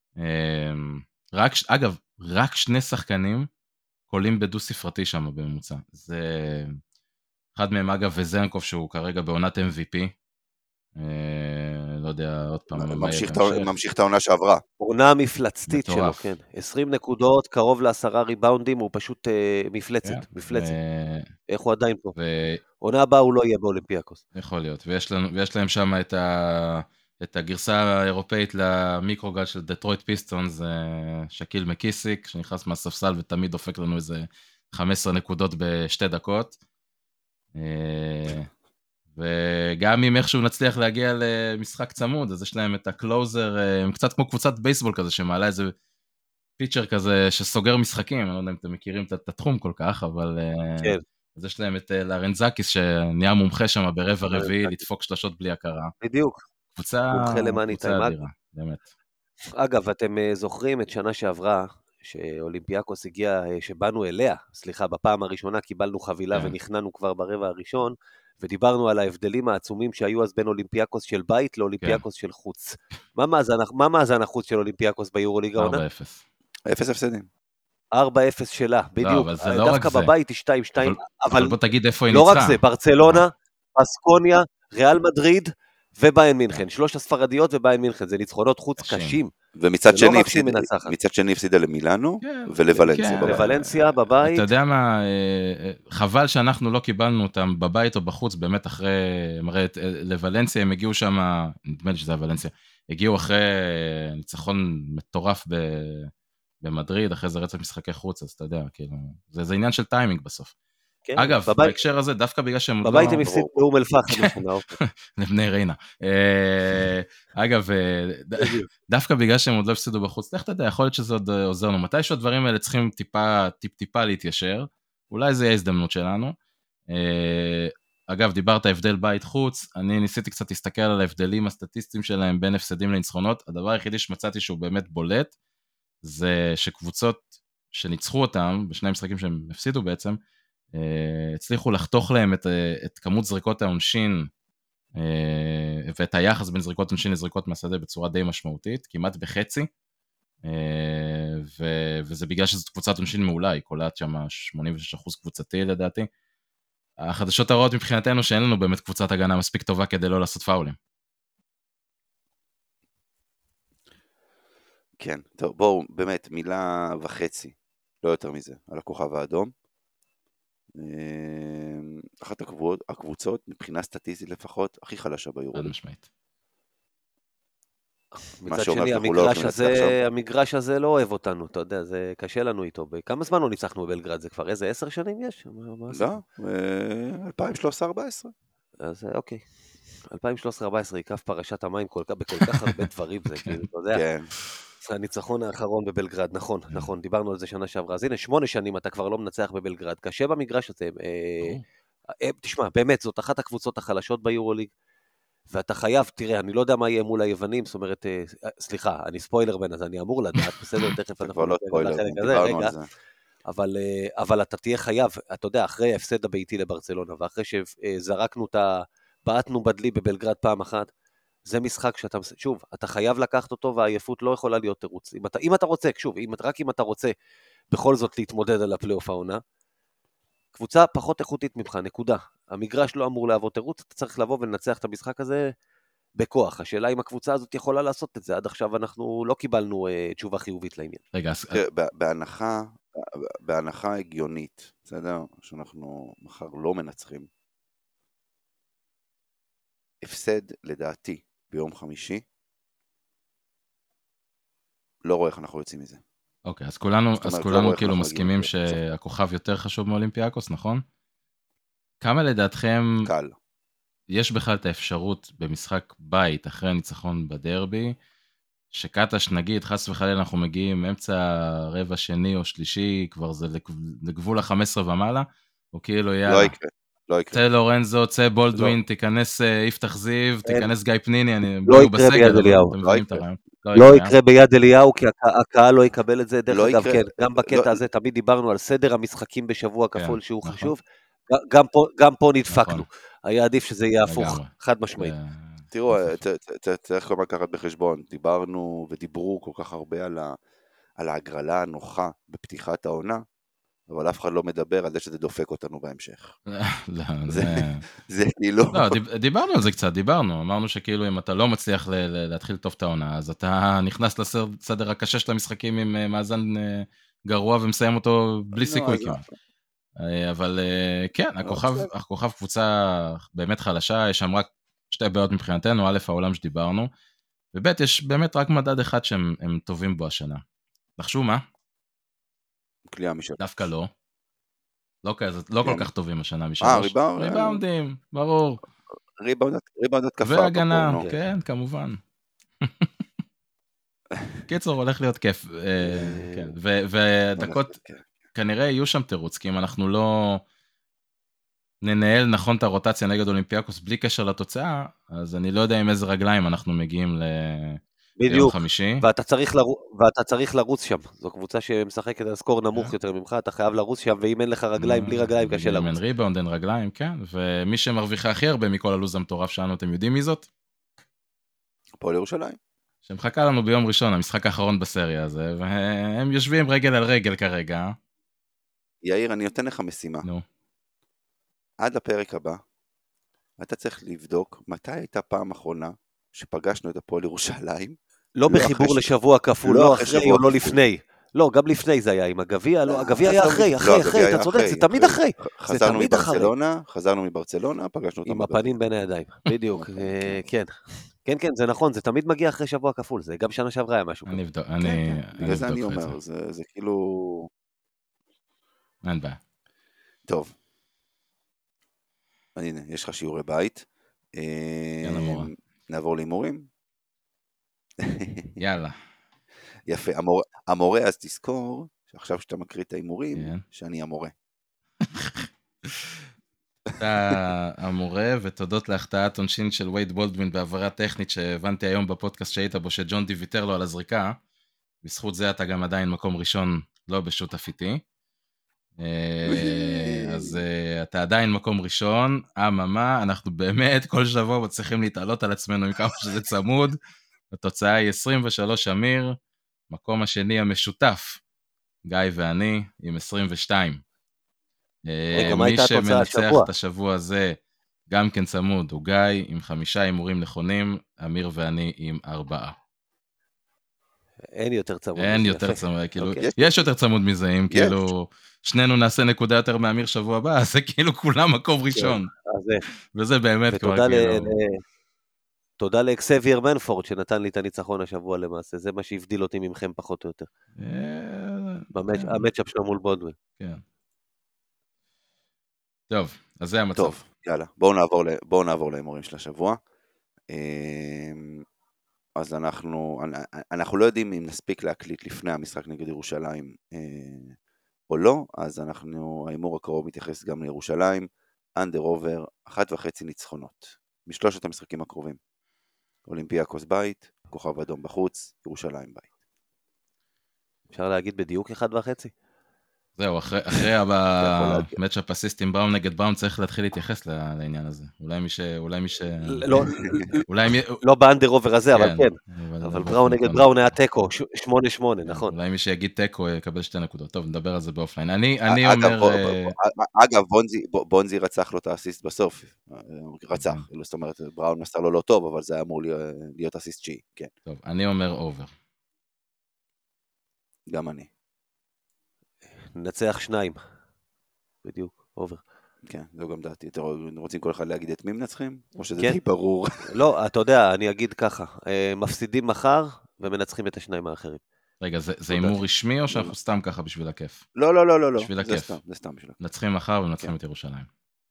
אגב, רק 2 שחקנים קולים בדו ספרתי שם בממוצע, זה אחד מהם אגב וזנקוב שהוא כרגע בעונת MVP, לא יודע, עוד פעם. ממשיך את העונה שעברה. עונה מפלצתית שלו, כן. 20 נקודות, קרוב ל10 ריבאונדים, הוא פשוט מפלצת. איך הוא עדיין פה? עונה הבאה הוא לא יהיה באולימפיאקוס. יכול להיות, ויש להם שם את הגרסה האירופאית למיקרוגל של דטרויט פיסטונס, שקיל מקיסיק, שנכנס מהספסל ותמיד דופק לנו איזה 15 נקודות ב2 דקות. וגם אם איכשהו נצליח להגיע למשחק צמוד, אז יש להם את הקלוזר, הם קצת כמו קבוצת בייסבול כזה, שמעלה איזה פיצ'ר כזה שסוגר משחקים, אני לא יודע אם אתם מכירים את התחום כל כך, אבל כן. אז יש להם את לרנזקיס, שנהיה מומחה שם ברבע רביעי, לדפוק שלשות בלי הכרה. בדיוק. קבוצה אדירה, באמת. אגב, אתם זוכרים את שנה שעברה, שאולימפיאקוס הגיע, שבאנו אליה, סליחה, בפעם הראשונה קיבלנו חבילה ונכננו כבר ברבע הראשון, ודיברנו על ההבדלים העצומים שהיו אז בין אולימפיאקוס של בית לאולימפיאקוס של חוץ. מה מאזן החוץ של אולימפיאקוס ביורוליגה העונה? 4-0. 0 הפסדים. 4-0 שלה, בדיוק. דווקא בבית היא 2-2. אבל בוא תגיד איפה היא ניצחה. לא רק ניצחה. זה, ברצלונה, אסקוניה, ריאל מדריד וביין מינכן. 3 הספרדיות וביין מינכן. זה ניצחונות חוץ קשים. ומצד שני הפסידה למילאנו ולוולנסיה. לוולנסיה בבית. אתה יודע מה, חבל שאנחנו לא קיבלנו אותם בבית או בחוץ, באמת אחרי, לוולנסיה הם הגיעו שם, נדמה לי שזה הוולנסיה, הגיעו אחרי ניצחון מטורף במדריד, אחרי זה רצף משחקי חוץ, אז אתה יודע, כאילו, זה עניין של טיימינג בסוף. אגב, בהקשר הזה, דווקא בגלל שהם... בבית הם הפסידו באום אל-פחם. לבני ריינה. אגב, דווקא בגלל שהם עוד לא הפסידו בחוץ, איך אתה יודע, יכול להיות שזה עוד עוזר לנו. מתישהו הדברים האלה צריכים טיפה להתיישר, אולי זה יהיה הזדמנות שלנו. אגב, דיברת הבדל בית חוץ, אני ניסיתי קצת להסתכל על ההבדלים הסטטיסטיים שלהם בין הפסדים לניצחונות, הדבר היחידי שמצאתי שהוא באמת בולט, זה שקבוצות שניצחו אותם, בשני המשחקים שהם הפסידו בעצם, הצליחו לחתוך להם את כמות זריקות העונשין, ואת היחס בין זריקות עונשין לזריקות מהשדה בצורה די משמעותית, כמעט בחצי, וזה בגלל שזאת קבוצת עונשין מעולה, היא קולעת שם 86% קבוצתי לדעתי. החדשות הרעות מבחינתנו שאין לנו באמת קבוצת הגנה מספיק טובה כדי לא לעשות פאולים. כן, טוב, בואו, באמת, מילה וחצי, לא יותר מזה, על הכוכב האדום. אחת הקבוצות, מבחינה סטטיסטית לפחות, הכי חלשה ביורוליג. משמעית. מצד שני, המגרש הזה לא אוהב אותנו, אתה יודע, זה קשה לנו איתו. כמה זמן לא ניצחנו בבלגרד? זה כבר איזה 10 שנים יש? לא, 2013-2014. אז אוקיי. 2013-2014 יקף פרשת המים בכל כך הרבה דברים, זה כאילו, אתה יודע. כן. זה הניצחון האחרון בבלגרד, נכון, דיברנו על זה שנה שעברה. אז הנה, 8 שנים אתה כבר לא מנצח בבלגרד. קשה במגרש הזה. תשמע, באמת, זאת אחת הקבוצות החלשות ביורוליג, ואתה חייב, תראה, אני לא יודע מה יהיה מול היוונים, זאת אומרת, סליחה, אני ספוילר בן, אז אני אמור לדעת, בסדר, תכף אנחנו נדבר על החלק הזה, רגע, אבל אתה תהיה חייב, אתה יודע, אחרי ההפסד הביתי לברצלונה, ואחרי שזרקנו בעטנו בדלי בבלגרד פעם אחת, זה משחק שאתה, שוב, אתה חייב לקחת אותו, והעייפות לא יכולה להיות תירוץ. אם אתה רוצה, שוב, רק אם אתה רוצה בכל זאת להתמודד על הפלייאוף העונה, קבוצה פחות איכותית ממך, נקודה. המגרש לא אמור להוות תירוץ, אתה צריך לבוא ולנצח את המשחק הזה בכוח. השאלה אם הקבוצה הזאת יכולה לעשות את זה, עד עכשיו אנחנו לא קיבלנו תשובה חיובית לעניין. רגע, בהנחה הגיונית, בסדר? שאנחנו מחר לא מנצחים, הפסד לדעתי ביום חמישי, לא רואה איך אנחנו יוצאים מזה. אוקיי, אז כולנו כאילו מסכימים שהכוכב יותר חשוב מאולימפיאקוס, נכון? כמה לדעתכם קל. יש בכלל את האפשרות במשחק בית אחרי ניצחון בדרבי, שקטש נגיד, חס וחלילה אנחנו מגיעים אמצע רבע שני או שלישי, כבר זה לגבול ה-15 ומעלה, או כאילו לא יקרה. צא לורנזו, צא בולדווין, תיכנס יפתח זיו, תיכנס גיא פניני, אני לא יקרה ביד אליהו. לא יקרה ביד אליהו, כי הקהל לא יקבל את זה. דרך לא אגב, יקרה- כן, גם בקטע לא- הזה תמיד דיברנו על סדר המשחקים בשבוע כן, כפול שהוא נכון. חשוב. גם פה נדפקנו. נכון. היה עדיף שזה יהיה הפוך, לגמרי. חד משמעית. תראו, צריך גם לקחת בחשבון, דיברנו ודיברו כל כך הרבה על ההגרלה הנוחה בפתיחת העונה, אבל אף אחד לא מדבר על זה שזה דופק אותנו בהמשך. לא, זה כאילו... לא, דיברנו על זה קצת, אמרנו שכאילו אם אתה לא מצליח להתחיל טוב את העונה, אז אתה נכנס לסדר הקשה של המשחקים עם מאזן גרוע ומסיים אותו בלי סיכוי כמעט. אבל כן, הכוכב קבוצה באמת חלשה, יש שם רק שתי בעיות מבחינתנו, א', העולם שדיברנו, וב', יש באמת רק מדד אחד שהם טובים בו השנה. נחשו מה? קליעה משלוש. דווקא לא. לא כל כך טובים השנה משלוש. ריבאונדים, ברור. ריבאונד התקפה. והגנה, כן, כמובן. קיצור, הולך להיות כיף. ודקות כנראה יהיו שם תירוץ, כי אם אנחנו לא ננהל נכון את הרוטציה נגד אולימפיאקוס בלי קשר לתוצאה, אז אני לא יודע עם איזה רגליים אנחנו מגיעים ליום חמישי. ואתה צריך לרוץ שם. זו קבוצה שמשחקת על סקור נמוך יותר ממך, אתה חייב לרוץ שם, ואם אין לך רגליים, בלי רגליים קשה לרוץ. אין ריבאונד, אין רגליים, כן. ומי שמרוויחה הכי הרבה מכל הלוז המטורף שלנו, אתם יודעים מי זאת? הפועל ירושלים. שמחכה לנו ביום ראשון, המשחק האחרון בסריה הזה, והם יושבים רגל על רגל כרגע. יאיר, אני נותן לך משימה. נו. עד לפרק הבא, אתה צריך לבדוק מתי הייתה פעם אחרונה שפגשנו את הפועל ירושלים. לא בחיבור לשבוע כפול, לא אחרי או לא לפני. לא, גם לפני זה היה עם הגביע, לא, הגביע היה אחרי, אתה צודק, זה תמיד אחרי. חזרנו מברצלונה, פגשנו אותם. עם הפנים בין הידיים, בדיוק, כן. כן, זה נכון, זה תמיד מגיע אחרי שבוע כפול, זה גם שנה שעברה היה משהו. אני אבדוק. בגלל זה אני אומר, זה כאילו... אין בעיה. טוב. הנה, יש לך שיעורי בית. נעבור להימורים. יאללה. יפה, המורה, אז תזכור, שעכשיו שאתה מקריא את ההימורים, שאני המורה. אתה המורה, ותודות להחטאת עונשין של וייד בולדווין בעברה טכנית שהבנתי היום בפודקאסט שהיית בו, שג'ון די ויתר לו על הזריקה, בזכות זה אתה גם עדיין מקום ראשון לא בשותף איתי. אז אתה עדיין מקום ראשון, אנחנו באמת כל שבוע מצליחים להתעלות על עצמנו עם כמה שזה צמוד, התוצאה היא 23 אמיר, מקום השני המשותף, גיא ואני עם 22. מי שמנצח את השבוע הזה, גם כן צמוד, הוא גיא עם 5 הימורים נכונים, אמיר ואני עם 4. אין יותר צמוד. אין יותר צמוד, כאילו, יש יותר צמוד מזה, אם כאילו, שנינו נעשה נקודה יותר מאמיר שבוע הבא, אז זה כאילו כולם מקום ראשון. וזה באמת כבר כאילו... תודה לאקסבייר מנפורד שנתן לי את הניצחון השבוע למעשה, זה מה שהבדיל אותי ממכם פחות או יותר. המאצ'אפ שלו מול בולדווין. כן. טוב, אז זה המצב. טוב, יאללה, בואו נעבור להימורים של השבוע. אז אנחנו לא יודעים אם נספיק להקליט לפני המשחק נגד ירושלים או לא, אז ההימור הקרוב מתייחס גם לירושלים, אנדר אובר, 1.5 ניצחונות, משלושת המשחקים הקרובים. אולימפיאקוס בית, כוכב אדום בחוץ, ירושלים בית. אפשר להגיד בדיוק 1.5? זהו, אחרי המאצ'אפ אסיסט עם בראון נגד בראון צריך להתחיל להתייחס לעניין הזה. אולי מי ש... לא באנדר אובר הזה, אבל כן. אבל בראון נגד בראון היה טקו, 8-8, נכון. אולי מי שיגיד טקו יקבל 2 נקודות. טוב, נדבר על זה באופליין. אני אומר... אגב, בונזי רצח לו את האסיסט בסוף. רצח, זאת אומרת, בראון מסר לו לא טוב, אבל זה היה אמור להיות אסיסט שיעי, כן. טוב, אני אומר אובר. גם אני. נצח 2. בדיוק, אובר. כן, זו גם דעתי. אתם רוצים כל אחד להגיד את מי מנצחים? או שזה די ברור? לא, אתה יודע, אני אגיד ככה. מפסידים מחר ומנצחים את השניים האחרים. רגע, זה הימור רשמי או שאנחנו סתם ככה בשביל הכיף? לא. בשביל הכיף. זה סתם בשביל הכיף. נצחים מחר ומנצחים את ירושלים.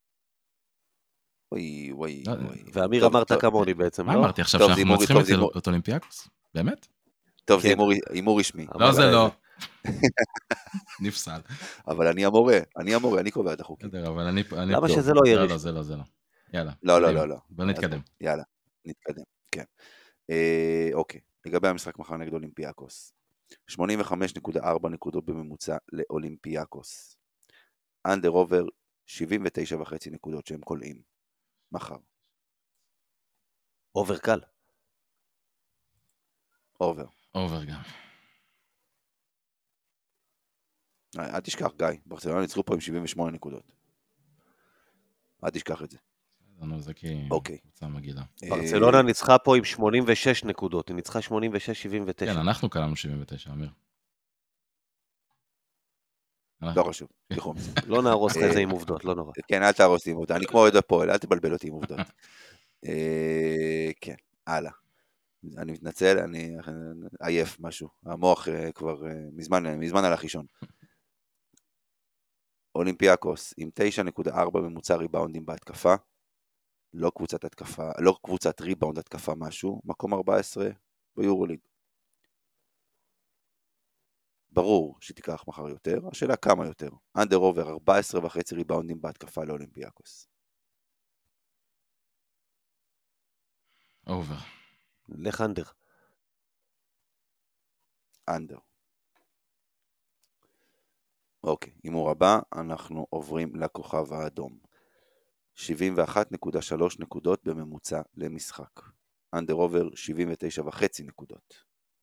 וואי. ואמיר אמרת כמוני בעצם, לא? מה אמרתי עכשיו שאנחנו מנצחים את אולימפיאקוס? באמת? טוב, זה הימור רשמי. לא, זה לא. נפסל. אבל אני המורה, אני קובע את החוקים. אבל אני... למה שזה לא יהיה? לא, זה לא. יאללה. לא. בוא נתקדם. יאללה, נתקדם, כן. אוקיי. לגבי המשחק מחר נגד אולימפיאקוס. 85.4 נקודות בממוצע לאולימפיאקוס. אנדר עובר 79.5 נקודות שהם קולעים. מחר. אובר קל. אובר. אובר גם. אל תשכח, גיא, ברצלונה ניצחו פה עם 78 נקודות. אל תשכח את זה. זה כי אוקיי. קבוצה מגעילה. ברצלונה ניצחה פה עם 86 נקודות, היא ניצחה 86-79. כן, אנחנו קלענו 79, אמיר. לא חשוב, תלכו. לא נהרוס כזה עם עובדות, לא נורא. כן, אל תהרוס לי עם עובדות, אני כמו אוהד הפועל, אל תבלבל אותי עם עובדות. כן, הלאה. אני מתנצל, אני עייף משהו, המוח כבר מזמן הלך לישון. אולימפיאקוס עם 9.4 ממוצע ריבאונדים בהתקפה, לא קבוצת ריבאונד התקפה משהו, מקום 14 ביורוליג. ברור שתיקח מחר יותר, השאלה כמה יותר. אנדר עובר 14.5 ריבאונדים בהתקפה לאולימפיאקוס. אובר. לך אנדר. אנדר. אוקיי, הימור הבא, אנחנו עוברים לכוכב האדום. 71.3 נקודות בממוצע למשחק. אנדר עובר 79.5 נקודות.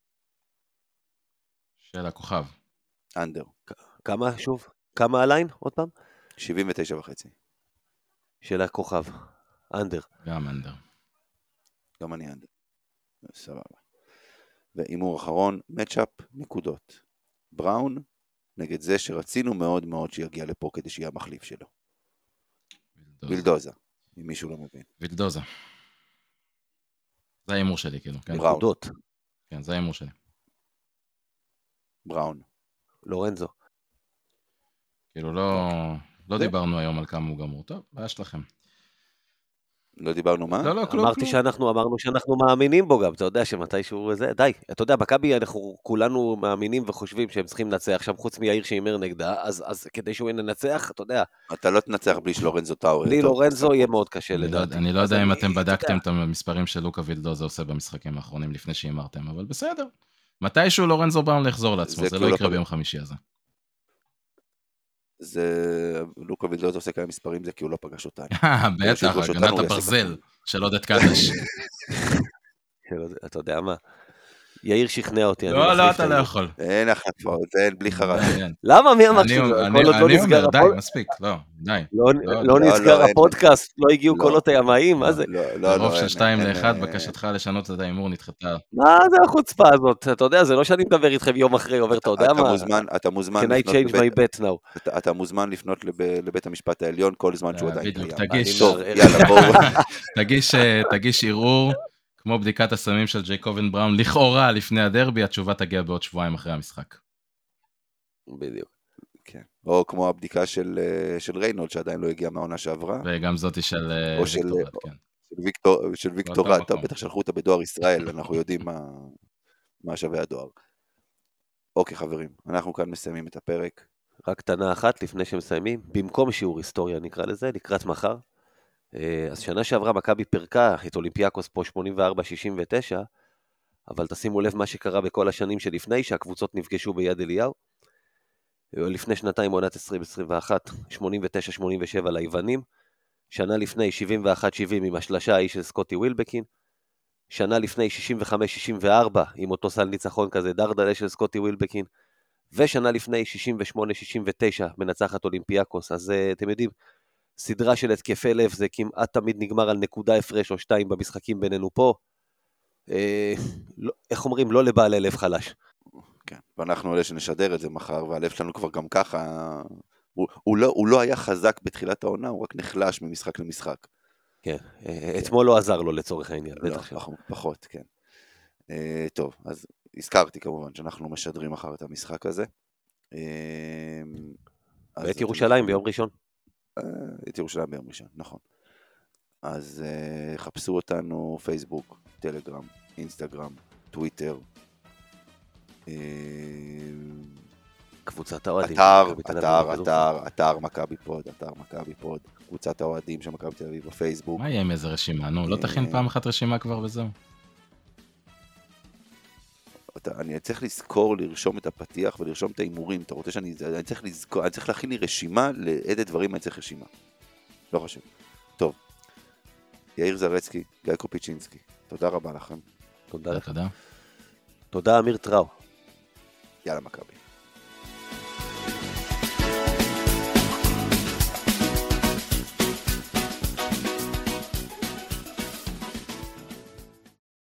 של הכוכב. אנדר. כמה שוב? כמה הליין? עוד פעם? 79.5. של הכוכב. אנדר. גם אנדר. גם אני אנדר. סבבה. והימור אחרון, מצ'אפ נקודות. בראון נגד זה שרצינו מאוד מאוד שיגיע לפה כדי שיהיה המחליף שלו. וילדוזה, אם מישהו לא מבין. וילדוזה. זה האימור שלי, כאילו. כן. בראון. נקודות. כן, זה האימור שלי. בראון. לורנזו. כאילו לא דיברנו היום על כמה הוא גמור. טוב, בעיה שלכם. לא דיברנו מה? לא, כלום. אמרתי אמרנו שאנחנו מאמינים בו גם, אתה יודע שמתישהו זה, די, אתה יודע, מכבי אנחנו כולנו מאמינים וחושבים שהם צריכים לנצח, שם חוץ מיאיר שאימר נגדה, אז כדי שהוא ינצח, אתה יודע. אתה לא תנצח בלי שלורנזו טאור. בלי לורנזו יהיה מאוד קשה לדעתי. אני לא יודע אם אתם בדקתם את המספרים של לוקה וילדוזה עושה במשחקים האחרונים לפני שאימרתם, אבל בסדר. מתישהו לורנזו בראון לחזור לעצמו, זה לא יקרה ביום חמישי הזה. לוקה וילדוזה עושה כאלה מספרים, זה כי הוא לא פגש אותנו. בטח, הגנת הברזל של עודד קדש. אתה יודע מה? יאיר שכנע אותי. לא, אתה לא יכול. אין החלפות, אין בלי חרט. למה? מי אמר שזה? אני אומר, די, מספיק, לא, די. לא נסגר הפודקאסט, לא הגיעו קולות הימאים, מה זה? ברוב של 2-1, בקשתך לשנות את האימור נדחתה. מה זה החוצפה הזאת? אתה יודע, זה לא שאני מדבר איתכם יום אחרי, עובר, אתה יודע מה? אתה מוזמן לפנות לבית המשפט העליון כל זמן שהוא עדיין קיים. תגיש ערעור. כמו בדיקת הסמים של ג'ייקובן בראון, לכאורה לפני הדרבי, התשובה תגיע בעוד שבועיים אחרי המשחק. בדיוק. כן. או כמו הבדיקה של ריינולד, שעדיין לא הגיעה מהעונה שעברה. וגם זאתי של ויקטורט, כן. של ויקטורט, בטח שלחו אותה בדואר ישראל, אנחנו יודעים מה שווה הדואר. אוקיי חברים, אנחנו כאן מסיימים את הפרק. רק קטנה אחת לפני שמסיימים, במקום שיעור היסטוריה נקרא לזה, לקראת מחר. אז שנה שעברה מכבי פרקה את אולימפיאקוס פה 84-69, אבל תשימו לב מה שקרה בכל השנים שלפני, שהקבוצות נפגשו ביד אליהו. לפני שנתיים עונת 2021, 89-87 ליוונים, שנה לפני 71-70 עם השלשה האיש של סקוטי ווילבקין, שנה לפני 65-64 עם אותו סל ניצחון כזה דרדלה של סקוטי ווילבקין, ושנה לפני 68-69 מנצחת אולימפיאקוס. אז אתם יודעים, סדרה של התקפי לב, זה כמעט תמיד נגמר על נקודה הפרש או 2 במשחקים בינינו פה. איך אומרים? לא לבעלי לב חלש. כן, ואנחנו אלה שנשדר את זה מחר, והלב שלנו כבר גם ככה, הוא לא היה חזק בתחילת העונה, הוא רק נחלש ממשחק למשחק. כן, אתמול לא עזר לו לצורך העניין. לא, פחות, כן. טוב, אז הזכרתי כמובן שאנחנו משדרים מחר את המשחק הזה. ואת ירושלים ביום ראשון. את ירושלים ביום ראשון, נכון. אז חפשו אותנו פייסבוק, טלגרם, אינסטגרם, טוויטר, קבוצת האוהדים, אתר מכבי פוד, קבוצת האוהדים של מכבי תל אביב בפייסבוק. מה יהיה עם איזה רשימה? נו, לא תכין פעם אחת רשימה כבר וזהו. אני צריך לזכור לרשום את הפתיח ולרשום את האימורים. אתה רוצה אני צריך לזכור, אני צריך להכין לי רשימה לאיזה דברים אני צריך רשימה. לא חשוב. טוב. יאיר זרצקי, גיא קופיצ'ינסקי, תודה רבה לכם. תודה לך. תודה. תודה אמיר טראו. יאללה מכבי.